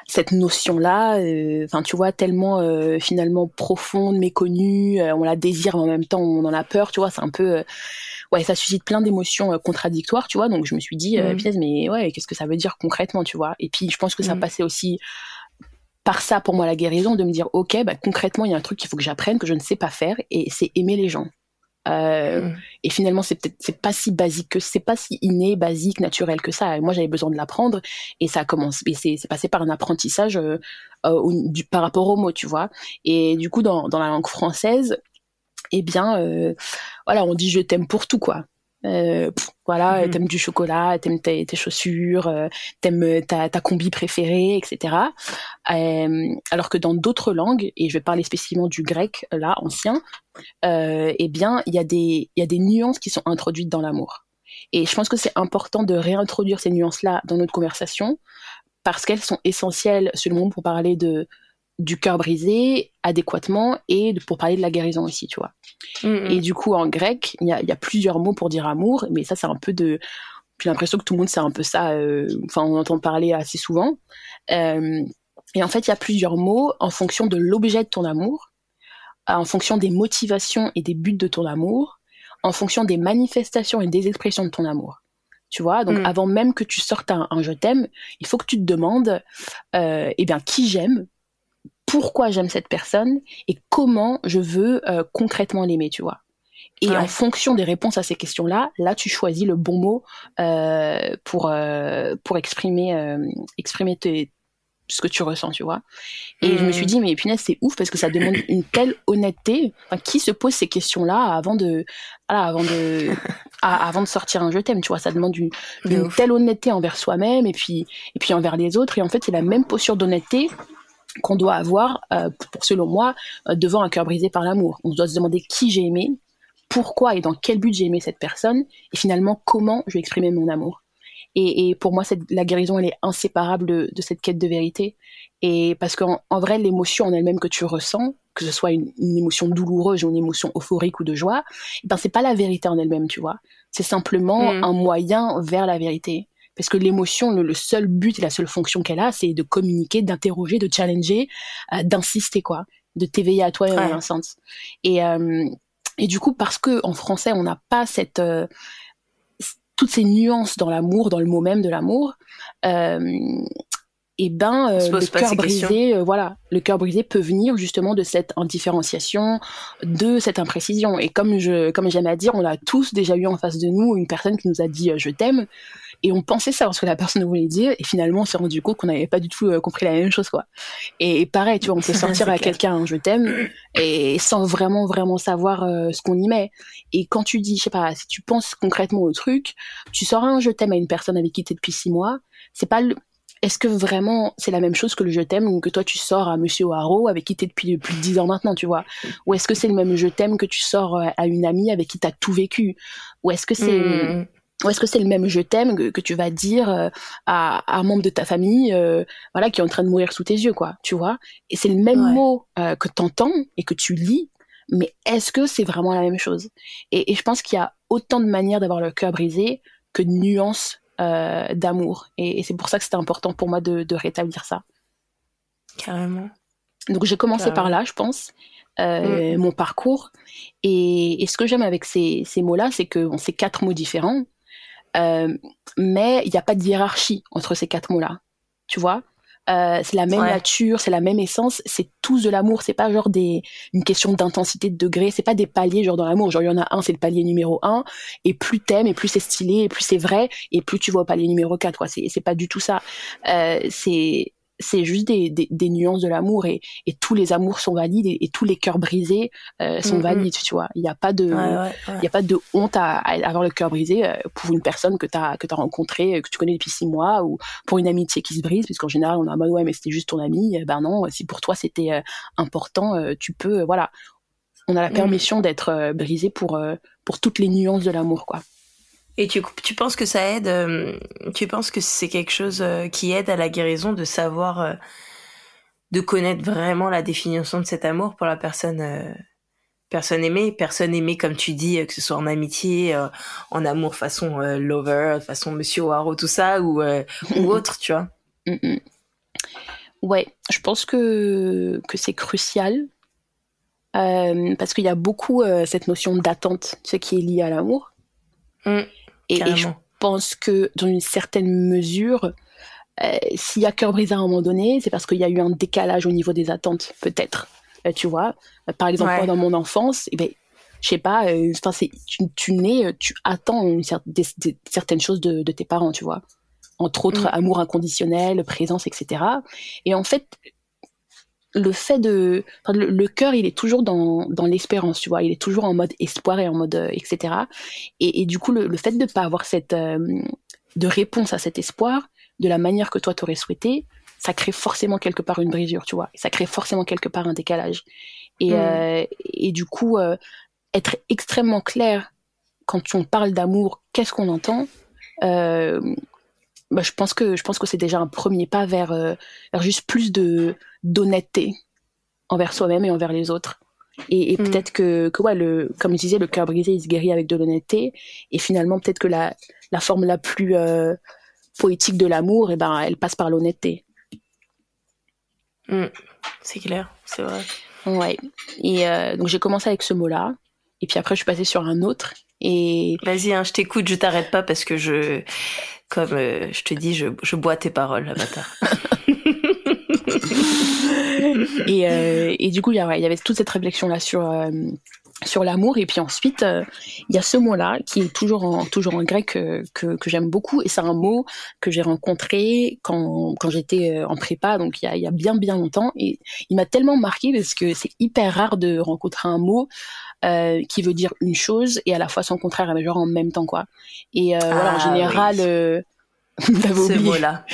cette notion-là, enfin tu vois, tellement finalement profonde, méconnue, on la désire mais en même temps on en a peur, tu vois, c'est un peu ouais, ça suscite plein d'émotions contradictoires, tu vois, donc je me suis dit punaise, mais ouais, qu'est-ce que ça veut dire concrètement, tu vois. Et puis je pense que ça passait aussi par ça pour moi la guérison, de me dire ok, bah concrètement il y a un truc qu'il faut que j'apprenne que je ne sais pas faire, et c'est aimer les gens. Et finalement c'est pas si basique que c'est pas si inné, basique, naturel que ça. Moi j'avais besoin de l'apprendre, et ça commence, et c'est passé par un apprentissage par rapport aux mots, tu vois. Et du coup dans la langue française, eh bien voilà, on dit je t'aime pour tout, quoi. Voilà, t'aimes du chocolat, t'aimes tes chaussures, t'aimes ta combi préférée, etc. Alors que dans d'autres langues, et je vais parler spécifiquement du grec là ancien, eh bien il y a des nuances qui sont introduites dans l'amour. Et je pense que c'est important de réintroduire ces nuances-là dans notre conversation, parce qu'elles sont essentielles selon moi pour parler du cœur brisé adéquatement, et pour parler de la guérison aussi, tu vois. Et du coup, en grec, il y a plusieurs mots pour dire amour, mais ça, c'est un peu j'ai l'impression que tout le monde sait un peu ça, enfin, on entend parler assez souvent. Et en fait, il y a plusieurs mots en fonction de l'objet de ton amour, en fonction des motivations et des buts de ton amour, en fonction des manifestations et des expressions de ton amour. Tu vois, donc avant même que tu sortes un je t'aime, il faut que tu te demandes, eh bien, qui j'aime, pourquoi j'aime cette personne, et comment je veux concrètement l'aimer, tu vois. Et en fonction des réponses à ces questions-là, là, tu choisis le bon mot pour exprimer ce que tu ressens, tu vois. Et je me suis dit, mais punaise, c'est ouf, parce que ça demande une telle honnêteté. Enfin, qui se pose ces questions-là avant de sortir un je t'aime, tu vois. Ça demande une telle honnêteté envers soi-même, et puis envers les autres. Et en fait, c'est la même posture d'honnêteté qu'on doit avoir, selon moi, devant un cœur brisé par l'amour. On doit se demander qui j'ai aimé, pourquoi et dans quel but j'ai aimé cette personne, et finalement comment je vais exprimer mon amour. Et pour moi, la guérison, elle est inséparable de cette quête de vérité. Et parce qu'en vrai, l'émotion en elle-même que tu ressens, que ce soit une émotion douloureuse ou une émotion euphorique ou de joie, ben c'est pas la vérité en elle-même, tu vois. C'est simplement un moyen vers la vérité. Parce que l'émotion, le seul but et la seule fonction qu'elle a, c'est de communiquer, d'interroger, de challenger, d'insister, quoi, de t'éveiller à toi dans un sens. Et du coup, parce que en français, on n'a pas toutes ces nuances dans l'amour, dans le mot même de l'amour, et le cœur brisé, voilà, le cœur brisé peut venir justement de cette indifférenciation, de cette imprécision. Et comme j'aime à dire, on a tous déjà eu en face de nous une personne qui nous a dit je t'aime, et on pensait savoir ce que la personne voulait dire, et finalement on s'est rendu compte qu'on n'avait pas du tout compris la même chose, quoi. Et pareil, tu vois, on peut sortir à quelqu'un un je t'aime et sans vraiment savoir ce qu'on y met. Et quand tu dis, je sais pas, si tu penses concrètement au truc, tu sors un je t'aime à une personne avec qui t'es depuis 6 mois, c'est pas est-ce que vraiment c'est la même chose que le je t'aime que toi tu sors à Monsieur O'Haraud avec qui t'es depuis plus de 10 ans maintenant, tu vois? Ou est-ce que c'est le même je t'aime que tu sors à une amie avec qui t'as tout vécu? Ou est-ce que c'est le même je t'aime que tu vas dire à un membre de ta famille, voilà, qui est en train de mourir sous tes yeux, quoi, tu vois? Et c'est le même mot que t'entends et que tu lis, mais est-ce que c'est vraiment la même chose? Et je pense qu'il y a autant de manières d'avoir le cœur brisé que de nuances d'amour. Et c'est pour ça que c'était important pour moi de rétablir ça. Carrément. Donc j'ai commencé par là, je pense, mon parcours. Et ce que j'aime avec ces mots-là, c'est que c'est 4 mots différents. Mais il n'y a pas de hiérarchie entre ces 4 mots-là, tu vois. C'est la même nature, c'est la même essence, c'est tous de l'amour. C'est pas genre une question d'intensité, de degré, c'est pas des paliers genre dans l'amour, genre il y en a un, c'est le palier numéro 1, et plus t'aimes, et plus c'est stylé, et plus c'est vrai, et plus tu vas au palier numéro 4, quoi. C'est pas du tout ça. C'est juste des nuances de l'amour, et tous les amours sont valides, et tous les cœurs brisés sont valides, tu vois. Il n'y a pas de il y a pas de honte à avoir le cœur brisé pour une personne que t'as rencontrée, que tu connais depuis 6 mois, ou pour une amitié qui se brise, puisqu'en général on a ouais, mais c'était juste ton ami. Ben non, si pour toi c'était important, tu peux, voilà, on a la permission d'être brisé pour toutes les nuances de l'amour, quoi. Et tu penses que ça aide, tu penses que c'est quelque chose qui aide à la guérison, de savoir, de connaître vraiment la définition de cet amour pour la personne aimée, comme tu dis, que ce soit en amitié, en amour façon lover, façon Monsieur O'Haraud, tout ça, ou autre, tu vois. Ouais, je pense que c'est crucial parce qu'il y a beaucoup cette notion d'attente, ce qui est lié à l'amour. Et je pense que dans une certaine mesure, s'il y a cœur brisé à un moment donné, c'est parce qu'il y a eu un décalage au niveau des attentes, peut-être. Tu vois, par exemple, moi, dans mon enfance, eh ben, je sais pas, tu nais, tu attends certaines choses de tes parents, tu vois. Entre autres, amour inconditionnel, présence, etc. Et en fait, le cœur, il est toujours dans l'espérance, tu vois. Il est toujours en mode espoir et en mode, etc. Et du coup, le fait de ne pas avoir de réponse à cet espoir, de la manière que toi t'aurais souhaité, ça crée forcément quelque part une brisure, tu vois. Ça crée forcément quelque part un décalage. Et du coup, être extrêmement clair quand on parle d'amour, qu'est-ce qu'on entend je pense que c'est déjà un premier pas vers juste plus d'honnêteté envers soi-même et envers les autres. Et peut-être que ouais, comme je disais, le cœur brisé, il se guérit avec de l'honnêteté. Et finalement, peut-être que la forme la plus poétique de l'amour, eh ben, elle passe par l'honnêteté. C'est clair, c'est vrai. Ouais. Et donc j'ai commencé avec ce mot-là. Et puis après, je suis passée sur un autre. Et vas-y, je t'écoute, je t'arrête pas parce que je te dis, je bois tes paroles, la bâtard. Et du coup, il y avait toute cette réflexion-là sur l'amour. Et puis ensuite, il y a ce mot-là qui est toujours en grec que j'aime beaucoup. Et c'est un mot que j'ai rencontré quand j'étais en prépa, donc il y a bien longtemps. Et il m'a tellement marqué parce que c'est hyper rare de rencontrer un mot qui veut dire une chose et à la fois son contraire, mais genre en même temps, quoi. Et voilà, en général... Oui. Ce mot-là.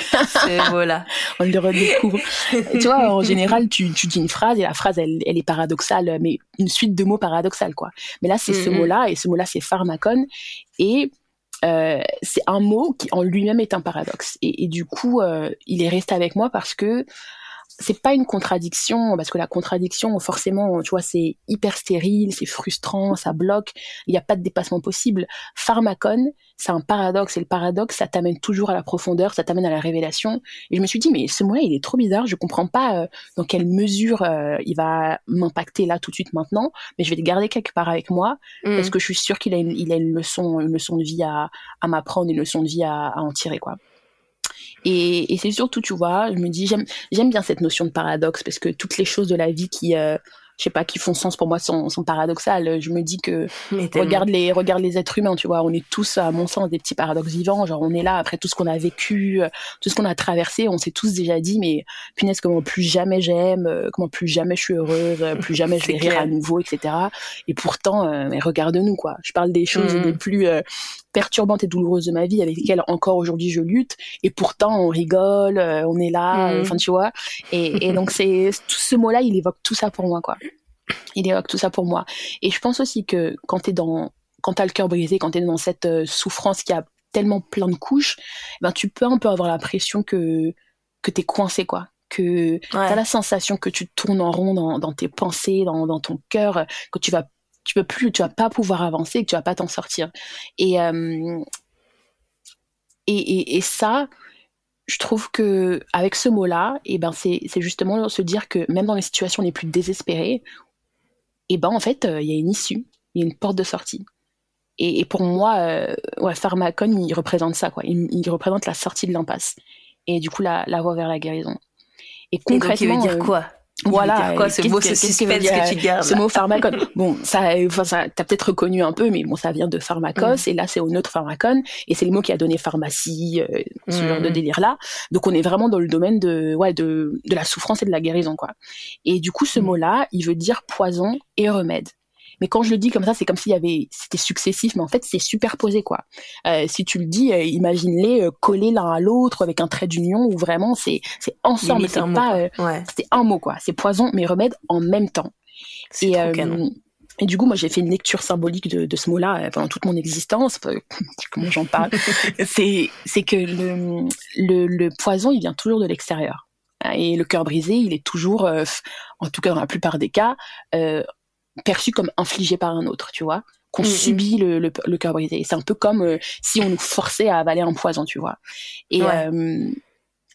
On le redécouvre. Tu vois, en général, tu dis une phrase et la phrase, elle est paradoxale, mais une suite de mots paradoxales, quoi. Mais là, c'est ce mot-là, et ce mot-là, c'est pharmakon. Et c'est un mot qui, en lui-même, est un paradoxe. Et du coup, il est resté avec moi parce que c'est pas une contradiction, parce que la contradiction, forcément, tu vois, c'est hyper stérile, c'est frustrant, ça bloque, il n'y a pas de dépassement possible. Pharmakon, c'est un paradoxe, et le paradoxe, ça t'amène toujours à la profondeur, ça t'amène à la révélation. Et je me suis dit, mais ce mot-là, il est trop bizarre, je comprends pas dans quelle mesure il va m'impacter là, tout de suite, maintenant, mais je vais le garder quelque part avec moi, parce que je suis sûre qu'il a une leçon de vie à m'apprendre, une leçon de vie à en tirer, quoi. Et c'est surtout, tu vois, je me dis, j'aime bien cette notion de paradoxe parce que toutes les choses de la vie qui, je sais pas, qui font sens pour moi sont paradoxales. Je me dis que regarde les êtres humains, tu vois, on est tous, à mon sens, des petits paradoxes vivants. Genre, on est là après tout ce qu'on a vécu, tout ce qu'on a traversé, on s'est tous déjà dit, mais punaise, comment plus jamais j'aime, comment plus jamais je suis heureuse, plus jamais je vais rire à nouveau, etc. Et pourtant, mais regarde-nous, quoi. Je parle des choses les plus perturbantes et douloureuses de ma vie avec lesquelles encore aujourd'hui je lutte, et pourtant on rigole, on est là, enfin tu vois, et donc c'est tout ce mot-là, il évoque tout ça pour moi, quoi. Il évoque tout ça pour moi. Et je pense aussi que quand t'as le cœur brisé, quand t'es dans cette souffrance qui a tellement plein de couches, ben tu peux un peu avoir l'impression que t'es coincé, quoi. Que t'as la sensation que tu tournes en rond dans tes pensées, dans ton cœur, que tu vas pas pouvoir avancer, que tu vas pas t'en sortir. Et ça, je trouve que avec ce mot-là, et ben c'est justement se dire que même dans les situations les plus désespérées, et ben en fait, il y a une issue, il y a une porte de sortie. Et pour moi, Pharmakon, il représente ça, quoi. Il représente la sortie de l'impasse. Et du coup, la voie vers la guérison. Et concrètement, donc, il veut dire quoi? Voilà, quoi, ce suspense que tu gardes, ce mot pharmakon. Bon, ça, t'as peut-être reconnu un peu, mais bon, ça vient de pharmakos, et là, c'est au neutre pharmakon, et c'est le mot qui a donné pharmacie, ce genre de délire-là. Donc, on est vraiment dans le domaine de la souffrance et de la guérison, quoi. Et du coup, ce mot-là, il veut dire poison et remède. Mais quand je le dis comme ça, c'est comme c'était successif, mais en fait, c'est superposé, quoi. Si tu le dis, imagine-les collés l'un à l'autre avec un trait d'union où vraiment c'est ensemble, c'est pas, c'est un mot, quoi. C'est poison, mais remède en même temps. C'est trop canon. Et du coup, moi, j'ai fait une lecture symbolique de ce mot-là pendant toute mon existence. Comment j'en parle? c'est que le poison, il vient toujours de l'extérieur. Et le cœur brisé, il est toujours, en tout cas dans la plupart des cas, perçu comme infligé par un autre, tu vois, qu'on subit le cœur brisé. C'est un peu comme si on nous forçait à avaler un poison, tu vois. Et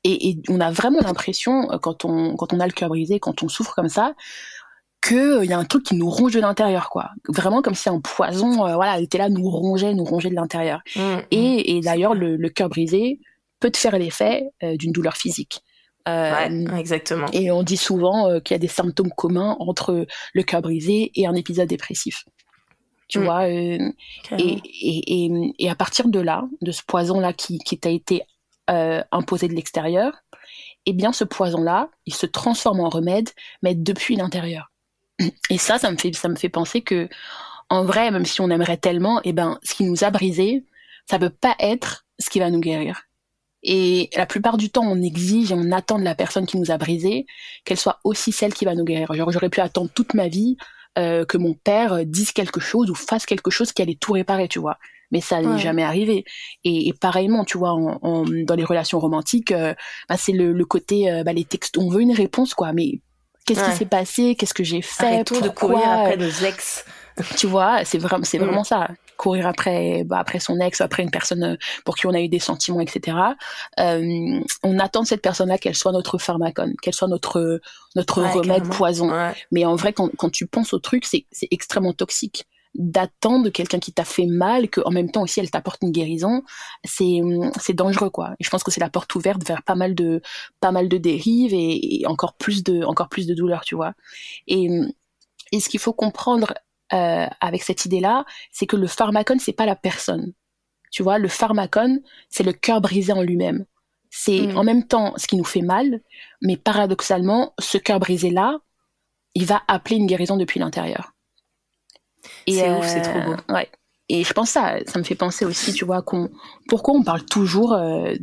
Et on a vraiment l'impression, quand on a le cœur brisé, quand on souffre comme ça, que il y a un truc qui nous ronge de l'intérieur, quoi. Vraiment comme si un poison, voilà, était là, nous rongeait de l'intérieur. Et d'ailleurs, le cœur brisé peut te faire l'effet d'une douleur physique. Exactement. Et on dit souvent qu'il y a des symptômes communs entre le cœur brisé et un épisode dépressif. Tu vois, et à partir de là, de ce poison-là qui t'a été imposé de l'extérieur, eh bien, ce poison-là, il se transforme en remède, mais depuis l'intérieur. Et ça me fait penser que, en vrai, même si on aimerait tellement, eh ben, ce qui nous a brisé, ça peut pas être ce qui va nous guérir. Et la plupart du temps, on exige et on attend de la personne qui nous a brisé qu'elle soit aussi celle qui va nous guérir. Genre, j'aurais pu attendre toute ma vie que mon père dise quelque chose ou fasse quelque chose qui allait tout réparer, tu vois. Mais ça n'est jamais arrivé. Et pareillement, tu vois, dans les relations romantiques, c'est le côté, les textes, on veut une réponse, quoi. Mais qu'est-ce qui s'est passé? Qu'est-ce que j'ai fait? Arrêtons de courir après nos ex. Tu vois, c'est vraiment ça. Courir après son ex, après une personne pour qui on a eu des sentiments, etc. On attend de cette personne-là qu'elle soit notre pharmacone, qu'elle soit notre remède carrément. Poison. Ouais. Mais en vrai, quand tu penses au truc, c'est extrêmement toxique. D'attendre de quelqu'un qui t'a fait mal, qu'en même temps aussi elle t'apporte une guérison, c'est dangereux, quoi. Et je pense que c'est la porte ouverte vers pas mal de dérives et encore plus de douleur, tu vois. Et ce qu'il faut comprendre avec cette idée-là, c'est que le pharmacone, c'est pas la personne. Tu vois, le pharmacone, c'est le cœur brisé en lui-même. C'est en même temps ce qui nous fait mal, mais paradoxalement, ce cœur brisé-là, il va appeler une guérison depuis l'intérieur. Et c'est ouf, c'est trop beau. Ouais. Et je pense ça me fait penser aussi, tu vois, pourquoi on parle toujours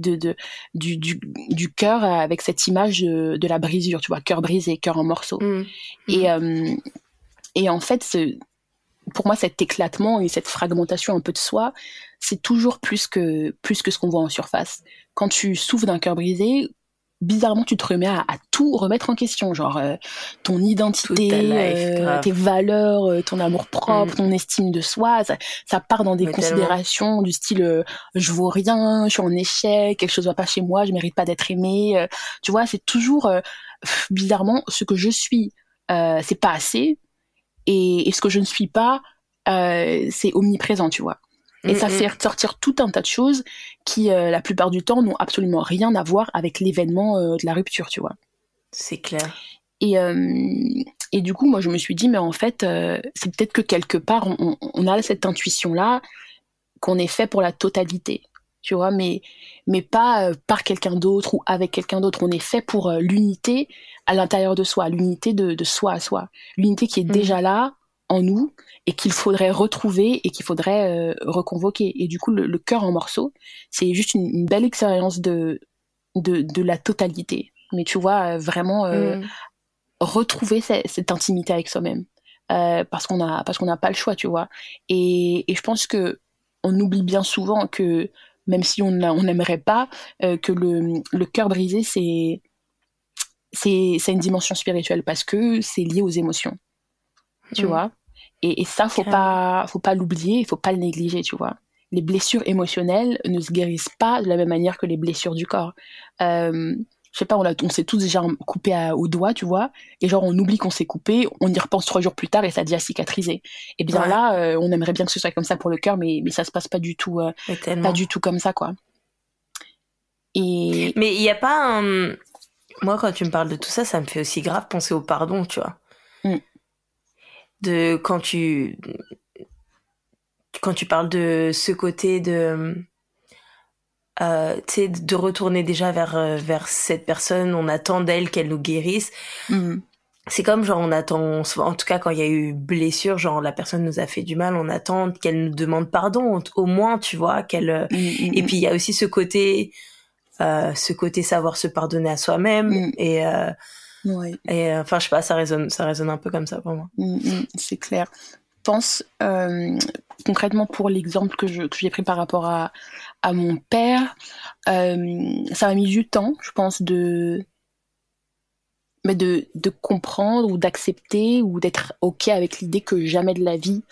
du cœur avec cette image de la brisure, tu vois, cœur brisé, cœur en morceaux. Et en fait, pour moi, cet éclatement et cette fragmentation un peu de soi, c'est toujours plus que ce qu'on voit en surface. Quand tu souffres d'un cœur brisé, bizarrement, tu te remets à tout remettre en question, genre ton identité, tes valeurs, ton amour propre, ton estime de soi, ça part dans des considérations du style je vaux rien, je suis en échec, quelque chose va pas chez moi, je mérite pas d'être aimée. Tu vois, c'est toujours bizarrement ce que je suis, c'est pas assez, et ce que je ne suis pas, c'est omniprésent, tu vois. Et ça fait ressortir tout un tas de choses qui, la plupart du temps, n'ont absolument rien à voir avec l'événement de la rupture, tu vois. C'est clair. Et du coup, moi, je me suis dit, mais en fait, c'est peut-être que quelque part, on a cette intuition-là qu'on est fait pour la totalité, tu vois, mais pas par quelqu'un d'autre ou avec quelqu'un d'autre. On est fait pour l'unité à l'intérieur de soi, l'unité de soi à soi. L'unité qui est déjà là, en nous, et qu'il faudrait retrouver et qu'il faudrait reconvoquer. Et du coup, le cœur en morceaux, c'est juste une belle expérience de la totalité. Mais tu vois, vraiment retrouver cette intimité avec soi-même. Parce qu'on n'a pas le choix, tu vois. Et je pense que on oublie bien souvent que, même si on n'aimerait pas, que le cœur brisé, c'est une dimension spirituelle, parce que c'est lié aux émotions. Tu vois. Et ça, faut pas l'oublier, il faut pas le négliger, tu vois. Les blessures émotionnelles ne se guérissent pas de la même manière que les blessures du corps. Je sais pas, on s'est tous déjà coupé au doigt, tu vois, et genre on oublie qu'on s'est coupé, on y repense 3 jours plus tard et ça a déjà cicatrisé. Et bien là, on aimerait bien que ce soit comme ça pour le cœur, mais ça se passe pas du tout, pas du tout comme ça, quoi. Mais il y a pas un... Moi, quand tu me parles de tout ça, ça me fait aussi grave penser au pardon, tu vois. Quand tu parles de ce côté de tu sais, de retourner déjà vers cette personne, on attend d'elle qu'elle nous guérisse. C'est comme genre on attend, en tout cas quand il y a eu blessure, genre la personne nous a fait du mal, on attend qu'elle nous demande pardon, au moins, tu vois, qu'elle et puis il y a aussi ce côté savoir se pardonner à soi-même et enfin je sais pas, ça résonne un peu comme ça pour moi. C'est clair. Je pense concrètement pour l'exemple que j'ai pris par rapport à mon père, ça m'a mis du temps, je pense, de comprendre ou d'accepter ou d'être ok avec l'idée que jamais de la vie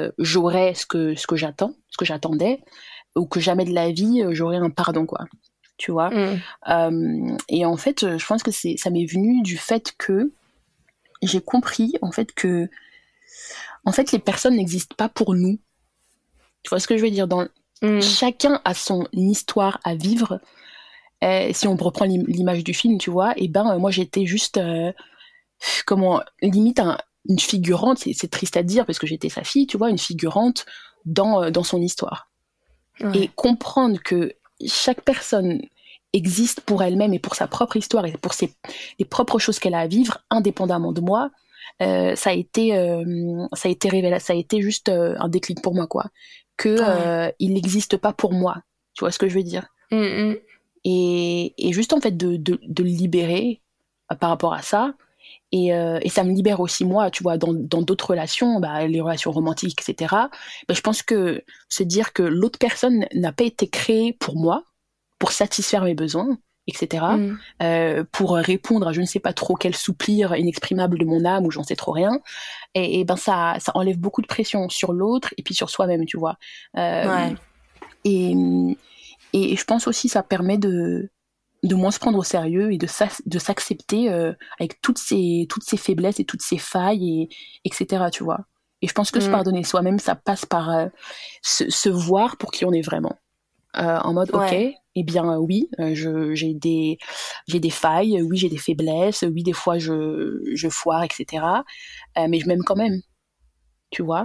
j'aurais ce que j'attendais, ou que jamais de la vie j'aurais un pardon, quoi. tu vois. Et en fait, je pense que ça m'est venu du fait que j'ai compris, en fait, que en fait, les personnes n'existent pas pour nous. Tu vois ce que je veux dire? Chacun a son histoire à vivre. Si on reprend l'image du film, tu vois, et moi j'étais juste limite une figurante, c'est triste à dire parce que j'étais sa fille, tu vois, une figurante dans son histoire. Ouais. Et comprendre que chaque personne existe pour elle-même et pour sa propre histoire et pour les propres choses qu'elle a à vivre, indépendamment de moi, ça a été juste un déclic pour moi, quoi. Il n'existe pas pour moi. Tu vois ce que je veux dire? Et juste en fait de le libérer par rapport à ça. Et ça me libère aussi moi, tu vois, dans d'autres relations, les relations romantiques, etc. Je pense que se dire que l'autre personne n'a pas été créée pour moi, pour satisfaire mes besoins, etc. Pour répondre à je ne sais pas trop quel soupir inexprimable de mon âme ou j'en sais trop rien. Et ça enlève beaucoup de pression sur l'autre et puis sur soi-même, tu vois. Et je pense aussi ça permet de moins se prendre au sérieux et de s'accepter avec toutes ses faiblesses et toutes ses failles, etc. Tu vois. Et je pense que se pardonner soi-même, ça passe par se voir pour qui on est vraiment. En mode, ok, eh bien oui, j'ai des failles, oui, j'ai des faiblesses, oui, des fois je foire, etc. Mais je m'aime quand même, tu vois.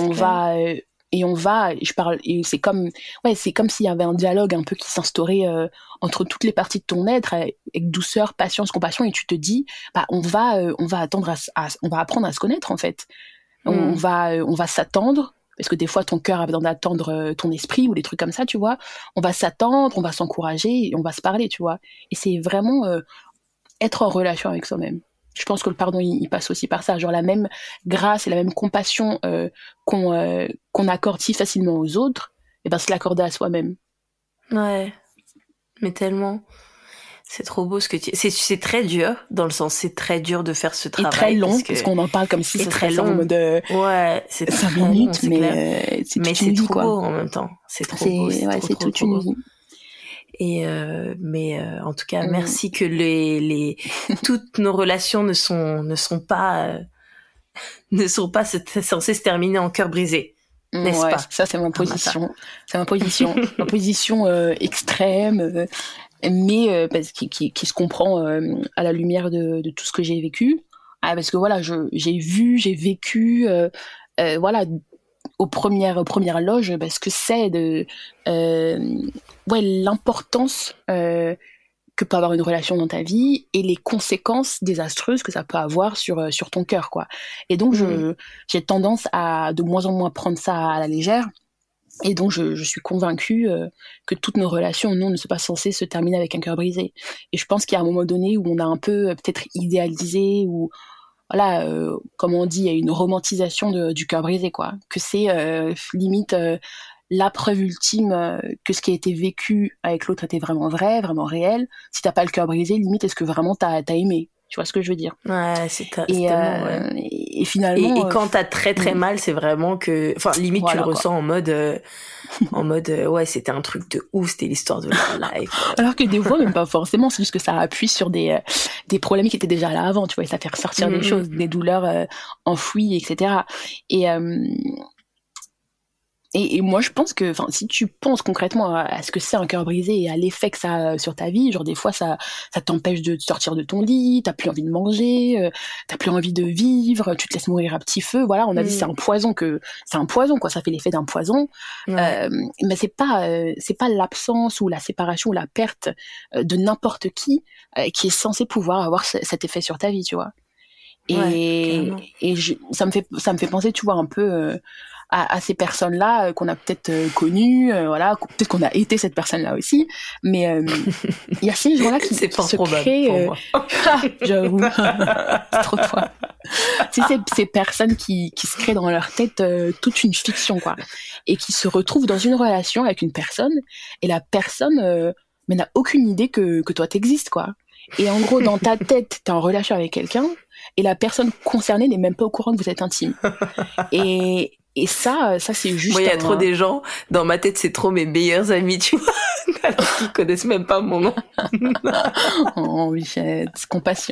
Et c'est comme s'il y avait un dialogue un peu qui s'instaurait entre toutes les parties de ton être avec douceur, patience, compassion, et tu te dis on va apprendre à se connaître en fait. On va s'attendre parce que des fois ton cœur a besoin d'attendre ton esprit ou des trucs comme ça, tu vois. On va s'attendre, on va s'encourager et on va se parler, tu vois. Et c'est vraiment être en relation avec soi-même. Je pense que le pardon, il passe aussi par ça. Genre la même grâce et la même compassion qu'on accorde si facilement aux autres, se l'accorder à soi-même. Ouais, mais tellement. C'est trop beau ce que tu... C'est très dur, dans le sens, c'est très dur de faire ce travail. Et très long, parce qu'on en parle comme si c'était très long. En mode ouais, c'est 5 minutes, long, mais c'est trop beau en même temps. C'est trop beau. C'est toute une vie. Et mais en tout cas, merci que toutes nos relations ne sont pas censées se terminer en cœur brisé, n'est-ce pas? Ça c'est ma position. C'est ma position, ma position extrême, mais qui se comprend à la lumière de tout ce que j'ai vécu. Parce que voilà, j'ai vécu, voilà. Aux premières loges, ce que c'est l'importance que peut avoir une relation dans ta vie et les conséquences désastreuses que ça peut avoir sur ton cœur, quoi. Et donc j'ai tendance à de moins en moins prendre ça à la légère. Et donc je suis convaincue que toutes nos relations, nous, ne sont pas censées se terminer avec un cœur brisé. Et je pense qu'il y a un moment donné où on a un peu peut-être idéalisé ou voilà, comme on dit, il y a une romantisation du cœur brisé, quoi. Que c'est limite la preuve ultime que ce qui a été vécu avec l'autre était vraiment vrai, vraiment réel. Si t'as pas le cœur brisé, limite, est-ce que vraiment t'as aimé? Tu vois ce que je veux dire? Ouais, c'est tellement, ouais. Et finalement... Et quand t'as très très mal, c'est vraiment que... Enfin, limite, voilà, tu le ressens en mode... ouais, c'était un truc de ouf, c'était l'histoire de la life. Alors que des fois, même pas forcément, c'est juste que ça appuie sur des problèmes qui étaient déjà là avant, tu vois, et ça fait ressortir des choses, des douleurs enfouies, etc. Et moi, je pense que, si tu penses concrètement à ce que c'est un cœur brisé et à l'effet que ça a sur ta vie, genre des fois, ça t'empêche de sortir de ton lit, t'as plus envie de manger, t'as plus envie de vivre, tu te laisses mourir à petit feu. Voilà, on a dit c'est un poison, quoi. Ça fait l'effet d'un poison. Ouais. Mais c'est pas l'absence ou la séparation ou la perte de n'importe qui est censé pouvoir avoir cet effet sur ta vie, tu vois. Et ça me fait penser, tu vois, un peu à ces personnes-là qu'on a peut-être connues, voilà, peut-être qu'on a été cette personne-là aussi, mais il y a ces gens-là qui se créent. Pour moi. J'avoue, c'est trop de fois. C'est ces personnes qui se créent dans leur tête toute une fiction, quoi, et qui se retrouvent dans une relation avec une personne, et la personne mais n'a aucune idée que toi t'existes, quoi. Et en gros, dans ta tête, t'es en relation avec quelqu'un, et la personne concernée n'est même pas au courant que vous êtes intime. Et Et ça c'est juste. Moi, il y a trop des gens, dans ma tête, c'est trop mes meilleurs amis, tu vois, alors qu'ils connaissent même pas mon nom. Oh, Michette, compassion.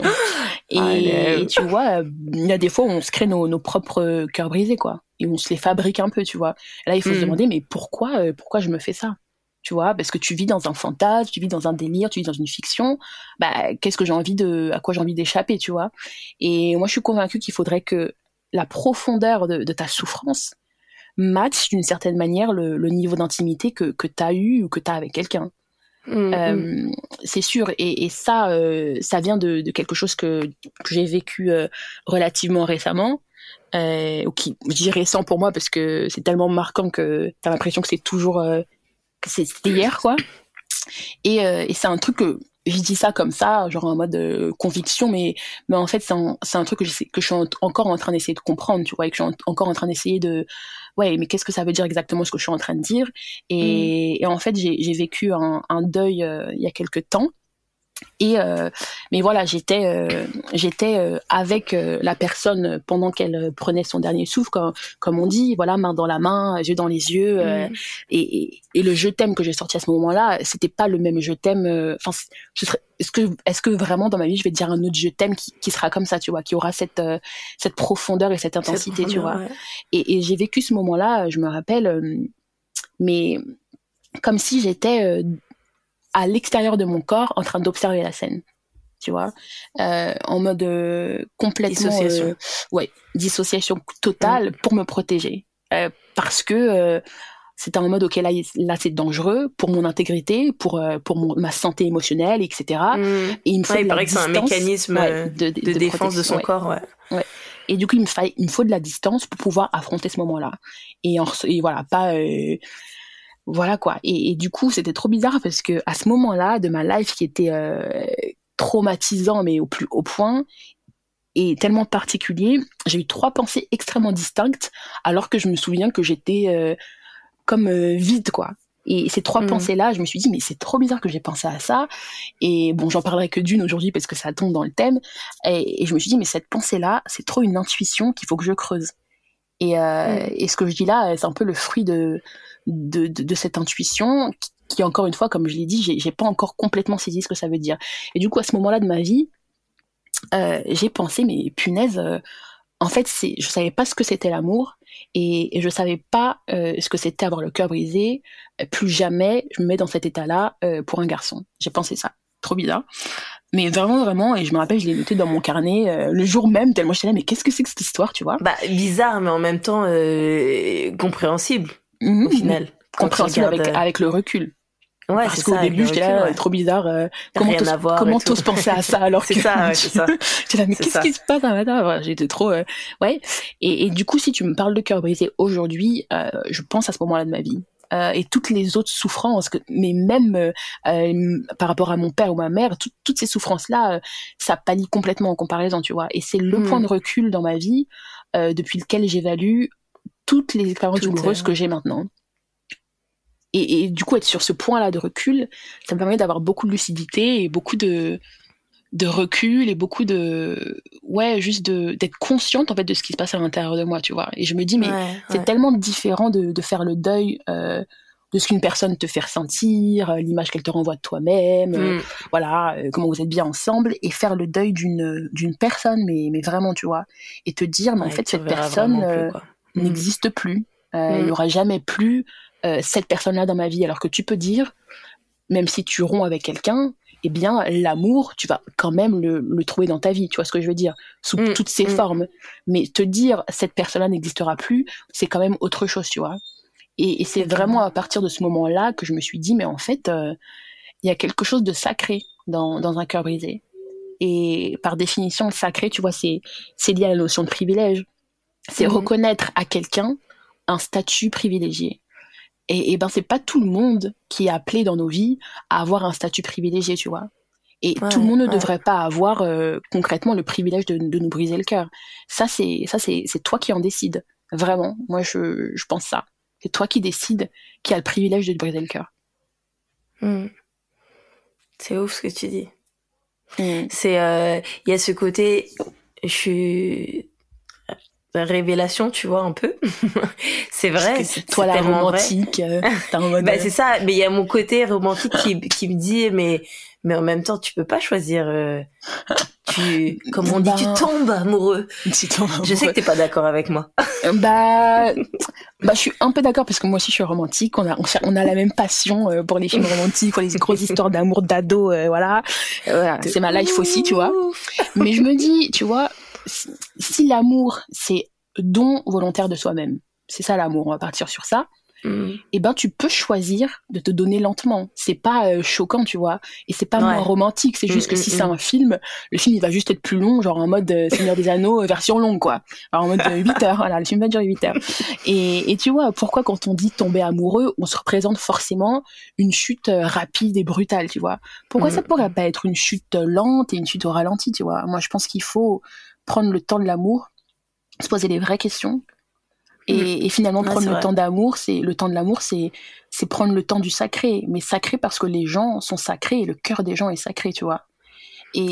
Et tu vois, il y a des fois où on se crée nos propres cœurs brisés, quoi. Et on se les fabrique un peu, tu vois. Et là, il faut se demander, mais pourquoi je me fais ça? Tu vois, parce que tu vis dans un fantasme, tu vis dans un délire, tu vis dans une fiction. Bah, à quoi j'ai envie d'échapper, tu vois. Et moi, je suis convaincue qu'il faudrait que la profondeur de ta souffrance match d'une certaine manière le niveau d'intimité que tu as eu ou que tu as avec quelqu'un. C'est sûr, et ça vient de quelque chose que j'ai vécu relativement récemment, ou qui, je dis récent pour moi parce que c'est tellement marquant que t'as l'impression que c'est toujours que c'était hier, quoi. Et c'est un truc que je dis ça comme ça, genre en mode conviction, mais en fait c'est un truc que je suis encore en train d'essayer de comprendre, tu vois, et que je suis encore en train d'essayer de ouais, mais qu'est-ce que ça veut dire exactement ce que je suis en train de dire. Et en fait j'ai vécu un deuil il y a quelques temps. Et mais voilà, j'étais avec la personne pendant qu'elle prenait son dernier souffle, comme on dit, voilà, main dans la main, yeux dans les yeux. Et le je t'aime que j'ai sorti à ce moment-là, c'était pas le même je t'aime. Enfin, est-ce que vraiment dans ma vie je vais dire un autre je t'aime qui sera comme ça, tu vois, qui aura cette profondeur et cette intensité, tu vois. Ouais. Et j'ai vécu ce moment-là, je me rappelle, mais comme si j'étais à l'extérieur de mon corps en train d'observer la scène, tu vois, en mode complètement dissociation totale pour me protéger, parce que c'était en mode ok, là c'est dangereux pour mon intégrité, pour ma santé émotionnelle, etc. Et il me faut il paraît que c'est un mécanisme de défense de son corps. Ouais. Et du coup il me faut de la distance pour pouvoir affronter ce moment-là, et voilà, pas voilà, quoi. Et du coup, c'était trop bizarre parce que à ce moment-là de ma life qui était traumatisant, mais au plus haut point, et tellement particulier, j'ai eu 3 pensées extrêmement distinctes, alors que je me souviens que j'étais comme vide, quoi. Et ces 3 pensées-là, je me suis dit, mais c'est trop bizarre que j'ai pensé à ça. Et bon, j'en parlerai que d'une aujourd'hui parce que ça tombe dans le thème. Et je me suis dit, mais cette pensée-là, c'est trop une intuition qu'il faut que je creuse. Et ce que je dis là, c'est un peu le fruit de cette intuition qui, encore une fois, comme je l'ai dit, j'ai pas encore complètement saisi ce que ça veut dire. Et du coup, à ce moment-là de ma vie, j'ai pensé, mais punaise, en fait, je savais pas ce que c'était l'amour, et je savais pas ce que c'était avoir le cœur brisé. Plus jamais je me mets dans cet état-là pour un garçon. J'ai pensé ça. Trop bizarre. Mais vraiment, et je me rappelle, je l'ai noté dans mon carnet le jour même, tellement j'étais là, mais qu'est-ce que c'est que cette histoire, tu vois? Bah, bizarre, mais en même temps compréhensible, au final. Compréhensible avec le recul. Ouais, parce qu'au début, j'étais là, trop bizarre, comment t'oses penser à ça alors que... c'est ça. J'étais là, mais qu'est-ce qui se passe à matin? J'étais trop... Ouais. Et du coup, si tu me parles de cœur brisé aujourd'hui, je pense à ce moment-là de ma vie. Et toutes les autres souffrances, mais même par rapport à mon père ou ma mère, toutes ces souffrances-là, ça pâlit complètement en comparaison, tu vois. Et c'est le point de recul dans ma vie depuis lequel j'évalue toutes les expériences douloureuses que j'ai maintenant. Et du coup, être sur ce point-là de recul, ça me permet d'avoir beaucoup de lucidité et beaucoup de recul et beaucoup juste d'être consciente en fait de ce qui se passe à l'intérieur de moi, tu vois. Et je me dis mais c'est tellement différent de faire le deuil de ce qu'une personne te fait ressentir, l'image qu'elle te renvoie de toi-même, voilà, comment vous êtes bien ensemble, et faire le deuil d'une personne, mais vraiment, tu vois, et te dire mais en fait cette personne n'existe plus, il n'y aura jamais plus cette personne-là dans ma vie, alors que tu peux dire, même si tu romps avec quelqu'un, eh bien l'amour, tu vas quand même le trouver dans ta vie, tu vois ce que je veux dire, sous toutes ses formes. Mais te dire cette personne-là n'existera plus, c'est quand même autre chose, tu vois. Et c'est vraiment à partir de ce moment-là que je me suis dit, mais en fait, il y a quelque chose de sacré dans un cœur brisé. Et par définition, le sacré, tu vois, c'est lié à la notion de privilège. C'est reconnaître à quelqu'un un statut privilégié. Et ben c'est pas tout le monde qui est appelé dans nos vies à avoir un statut privilégié, tu vois. Et tout le monde ne devrait pas avoir concrètement le privilège de nous briser le cœur. Ça c'est toi qui en décides. Vraiment, moi je pense ça. C'est toi qui décides qui a le privilège de te briser le cœur. C'est ouf ce que tu dis. C'est il y a ce côté, révélation, tu vois, un peu. C'est vrai. C'est toi la romantique. T'as un mode... c'est ça. Mais il y a mon côté romantique qui me dit, mais en même temps, tu peux pas choisir. Comme on dit, tu tombes amoureux. Je sais que t'es pas d'accord avec moi. Je suis un peu d'accord parce que moi aussi je suis romantique. On a la même passion pour les films romantiques, pour les grosses histoires d'amour d'ado. Voilà. C'est ma life aussi, tu vois. Mais je me dis, tu vois, si l'amour c'est don volontaire de soi-même, c'est ça l'amour. On va partir sur ça. Et tu peux choisir de te donner lentement. C'est pas choquant, tu vois. Et c'est pas moins romantique. C'est juste que si c'est un film, le film il va juste être plus long, genre en mode Seigneur des Anneaux version longue, quoi. Alors en mode 8 heures. Voilà, le film va durer 8 heures. Et tu vois, pourquoi quand on dit tomber amoureux, on se représente forcément une chute rapide et brutale, tu vois. Pourquoi ça pourrait pas être une chute lente et une chute au ralenti, tu vois. Moi, je pense qu'il faut prendre le temps de l'amour, se poser les vraies questions. Et finalement, prendre le temps d'amour, c'est prendre le temps du sacré. Mais sacré parce que les gens sont sacrés et le cœur des gens est sacré, tu vois. Et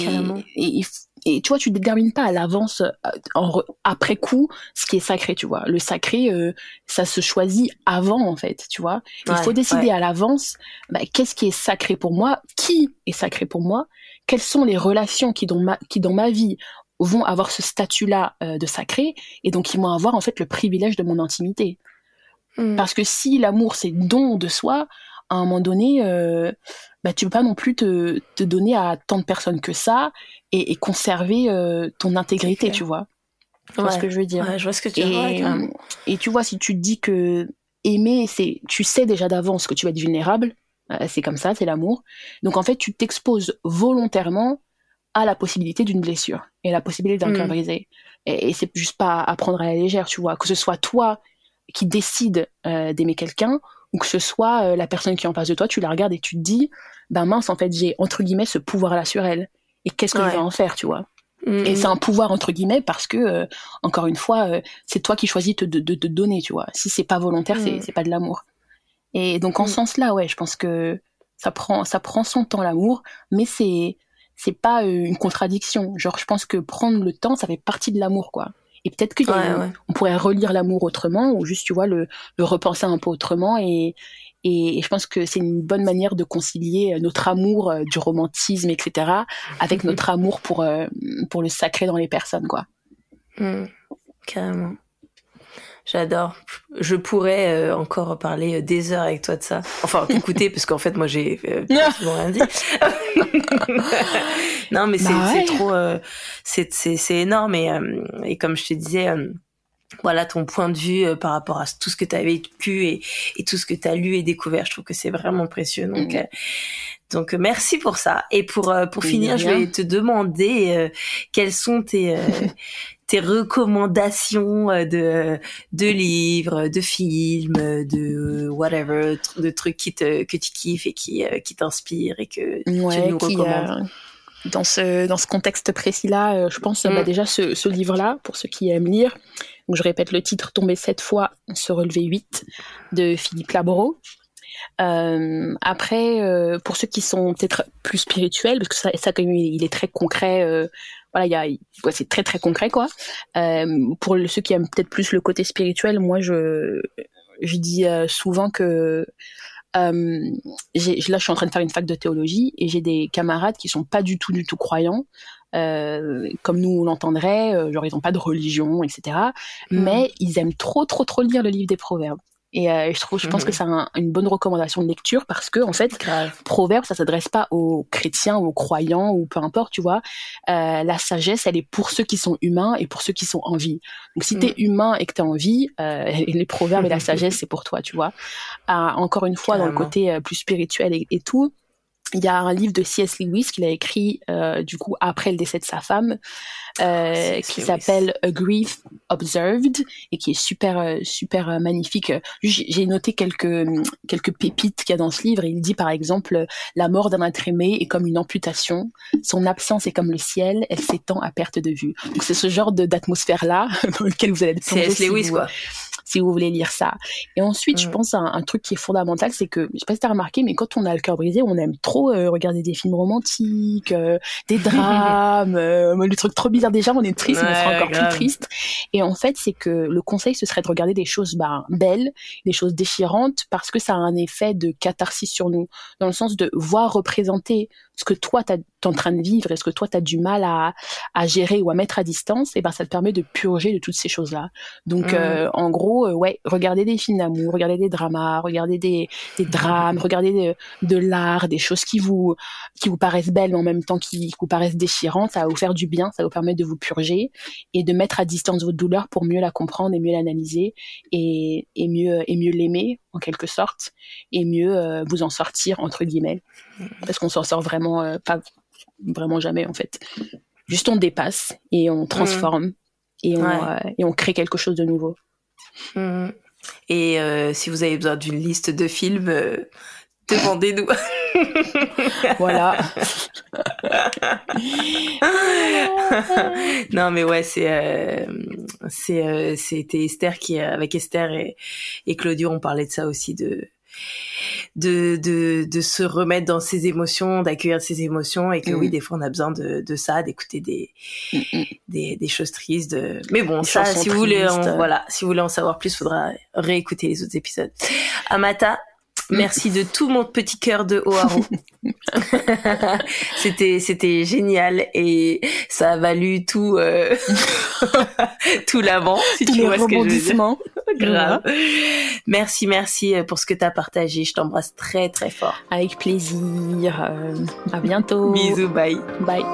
tu vois, tu détermines pas à l'avance, après coup, ce qui est sacré, tu vois. Le sacré, ça se choisit avant, en fait, tu vois. Il faut décider à l'avance, qu'est-ce qui est sacré pour moi, qui est sacré pour moi, quelles sont les relations qui dans ma vie vont avoir ce statut-là de sacré, et donc ils vont avoir en fait le privilège de mon intimité. Parce que si l'amour c'est don de soi, à un moment donné, tu peux pas non plus te donner à tant de personnes que ça et conserver ton intégrité, tu vois. Tu vois ce que je veux dire. Ouais, je vois ce que tu veux dire. Et tu vois, si tu te dis que aimer, tu sais déjà d'avance que tu vas être vulnérable, c'est comme ça, c'est l'amour. Donc en fait, tu t'exposes volontairement à la possibilité d'une blessure et la possibilité d'un cœur brisé. Et c'est juste pas à prendre à la légère, tu vois. Que ce soit toi qui décides d'aimer quelqu'un ou que ce soit la personne qui est en face de toi, tu la regardes et tu te dis, mince, en fait, j'ai entre guillemets ce pouvoir-là sur elle. Et qu'est-ce que je vais en faire, tu vois. Et c'est un pouvoir entre guillemets parce que, encore une fois, c'est toi qui choisis de te donner, tu vois. Si c'est pas volontaire, c'est pas de l'amour. Et donc en ce sens-là, ouais, je pense que ça prend son temps l'amour, mais c'est pas une contradiction. Genre, je pense que prendre le temps, ça fait partie de l'amour, quoi. Et peut-être qu'il y a on pourrait relire l'amour autrement, ou juste, tu vois, le repenser un peu autrement. Et je pense que c'est une bonne manière de concilier notre amour du romantisme, etc., avec notre amour pour le sacré dans les personnes, quoi. Carrément. J'adore. Je pourrais encore parler des heures avec toi de ça. Enfin, t'écouter, parce qu'en fait, moi, j'ai pratiquement rien dit. Non, mais c'est trop... c'est énorme. Et comme je te disais... voilà ton point de vue par rapport à tout ce que tu as vécu et tout ce que tu as lu et découvert. Je trouve que c'est vraiment précieux. Donc merci pour ça. Et pour finir, je vais te demander quelles sont tes recommandations de livres, de films, de whatever, de trucs que tu kiffes et qui t'inspirent et que tu nous recommandes. Dans ce contexte précis-là, je pense déjà ce livre-là, pour ceux qui aiment lire. Donc je répète le titre, Tomber 7 fois, se relever 8, de Philippe Labro. Après, pour ceux qui sont peut-être plus spirituels, parce que ça quand même, il est très concret. Voilà, c'est très très concret, quoi. Pour ceux qui aiment peut-être plus le côté spirituel, moi je dis souvent que là je suis en train de faire une fac de théologie et j'ai des camarades qui sont pas du tout croyants, comme nous on l'entendrait, genre ils ont pas de religion, etc. Mais ils aiment trop lire le livre des Proverbes. Et je pense que c'est une bonne recommandation de lecture parce que en fait, Proverbes, ça s'adresse pas aux chrétiens ou aux croyants ou peu importe, tu vois. La sagesse, elle est pour ceux qui sont humains et pour ceux qui sont en vie. Donc si t'es humain et que t'es en vie, les Proverbes et la sagesse, c'est pour toi, tu vois. Encore une fois, dans le côté plus spirituel et tout, il y a un livre de C.S. Lewis qu'il a écrit du coup après le décès de sa femme, qui s'appelle A Grief Observed et qui est super magnifique. J'ai noté quelques pépites qu'il y a dans ce livre. Il dit par exemple, la mort d'un être aimé est comme une amputation, son absence est comme le ciel, elle s'étend à perte de vue. Donc c'est ce genre d'atmosphère là dans lequel vous allez être plongé. C.S. Lewis, quoi. si vous voulez lire ça. Et ensuite, je pense à un truc qui est fondamental, c'est que, je sais pas si t'as remarqué, mais quand on a le cœur brisé, on aime trop regarder des films romantiques, des drames, le truc trop bizarre. Déjà, on est triste, on sera encore plus triste. Et en fait, c'est que le conseil, ce serait de regarder des choses belles, des choses déchirantes, parce que ça a un effet de catharsis sur nous, dans le sens de voir représenter ce que toi t'es en train de vivre et ce que toi t'as du mal à gérer ou à mettre à distance, et ben ça te permet de purger de toutes ces choses-là. Donc en gros, regardez des films d'amour, regardez des dramas, regardez des drames, regardez de l'art, des choses qui vous paraissent belles mais en même temps qui vous paraissent déchirantes. Ça va vous faire du bien, ça va vous permettre de vous purger et de mettre à distance votre douleur pour mieux la comprendre et mieux l'analyser et mieux l'aimer en quelque sorte, et mieux vous en sortir entre guillemets, parce qu'on s'en sort vraiment pas vraiment jamais en fait. Juste on dépasse et on transforme et on crée quelque chose de nouveau. Et si vous avez besoin d'une liste de films, demandez-nous. Voilà. Non mais ouais, c'était Esther qui, avec Esther et Claudio, on parlait de ça aussi, de se remettre dans ses émotions, d'accueillir ses émotions, et que oui, des fois on a besoin de ça, d'écouter des choses tristes, mais bon, des ça, si vous voulez en savoir plus, faudra réécouter les autres épisodes. Amata, merci de tout mon petit cœur de Oharu. C'était génial et ça a valu tout l'avant, si tu vois ce que je veux dire. Grave. Merci pour ce que t'as partagé. Je t'embrasse très très fort. Avec plaisir. À bientôt. Bisous, bye. Bye.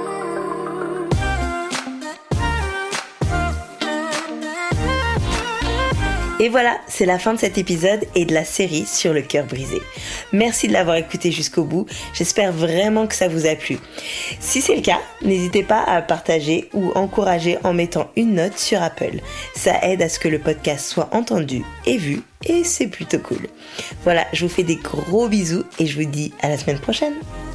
Et voilà, c'est la fin de cet épisode et de la série sur le cœur brisé. Merci de l'avoir écouté jusqu'au bout. J'espère vraiment que ça vous a plu. Si c'est le cas, n'hésitez pas à partager ou encourager en mettant une note sur Apple. Ça aide à ce que le podcast soit entendu et vu, et c'est plutôt cool. Voilà, je vous fais des gros bisous et je vous dis à la semaine prochaine.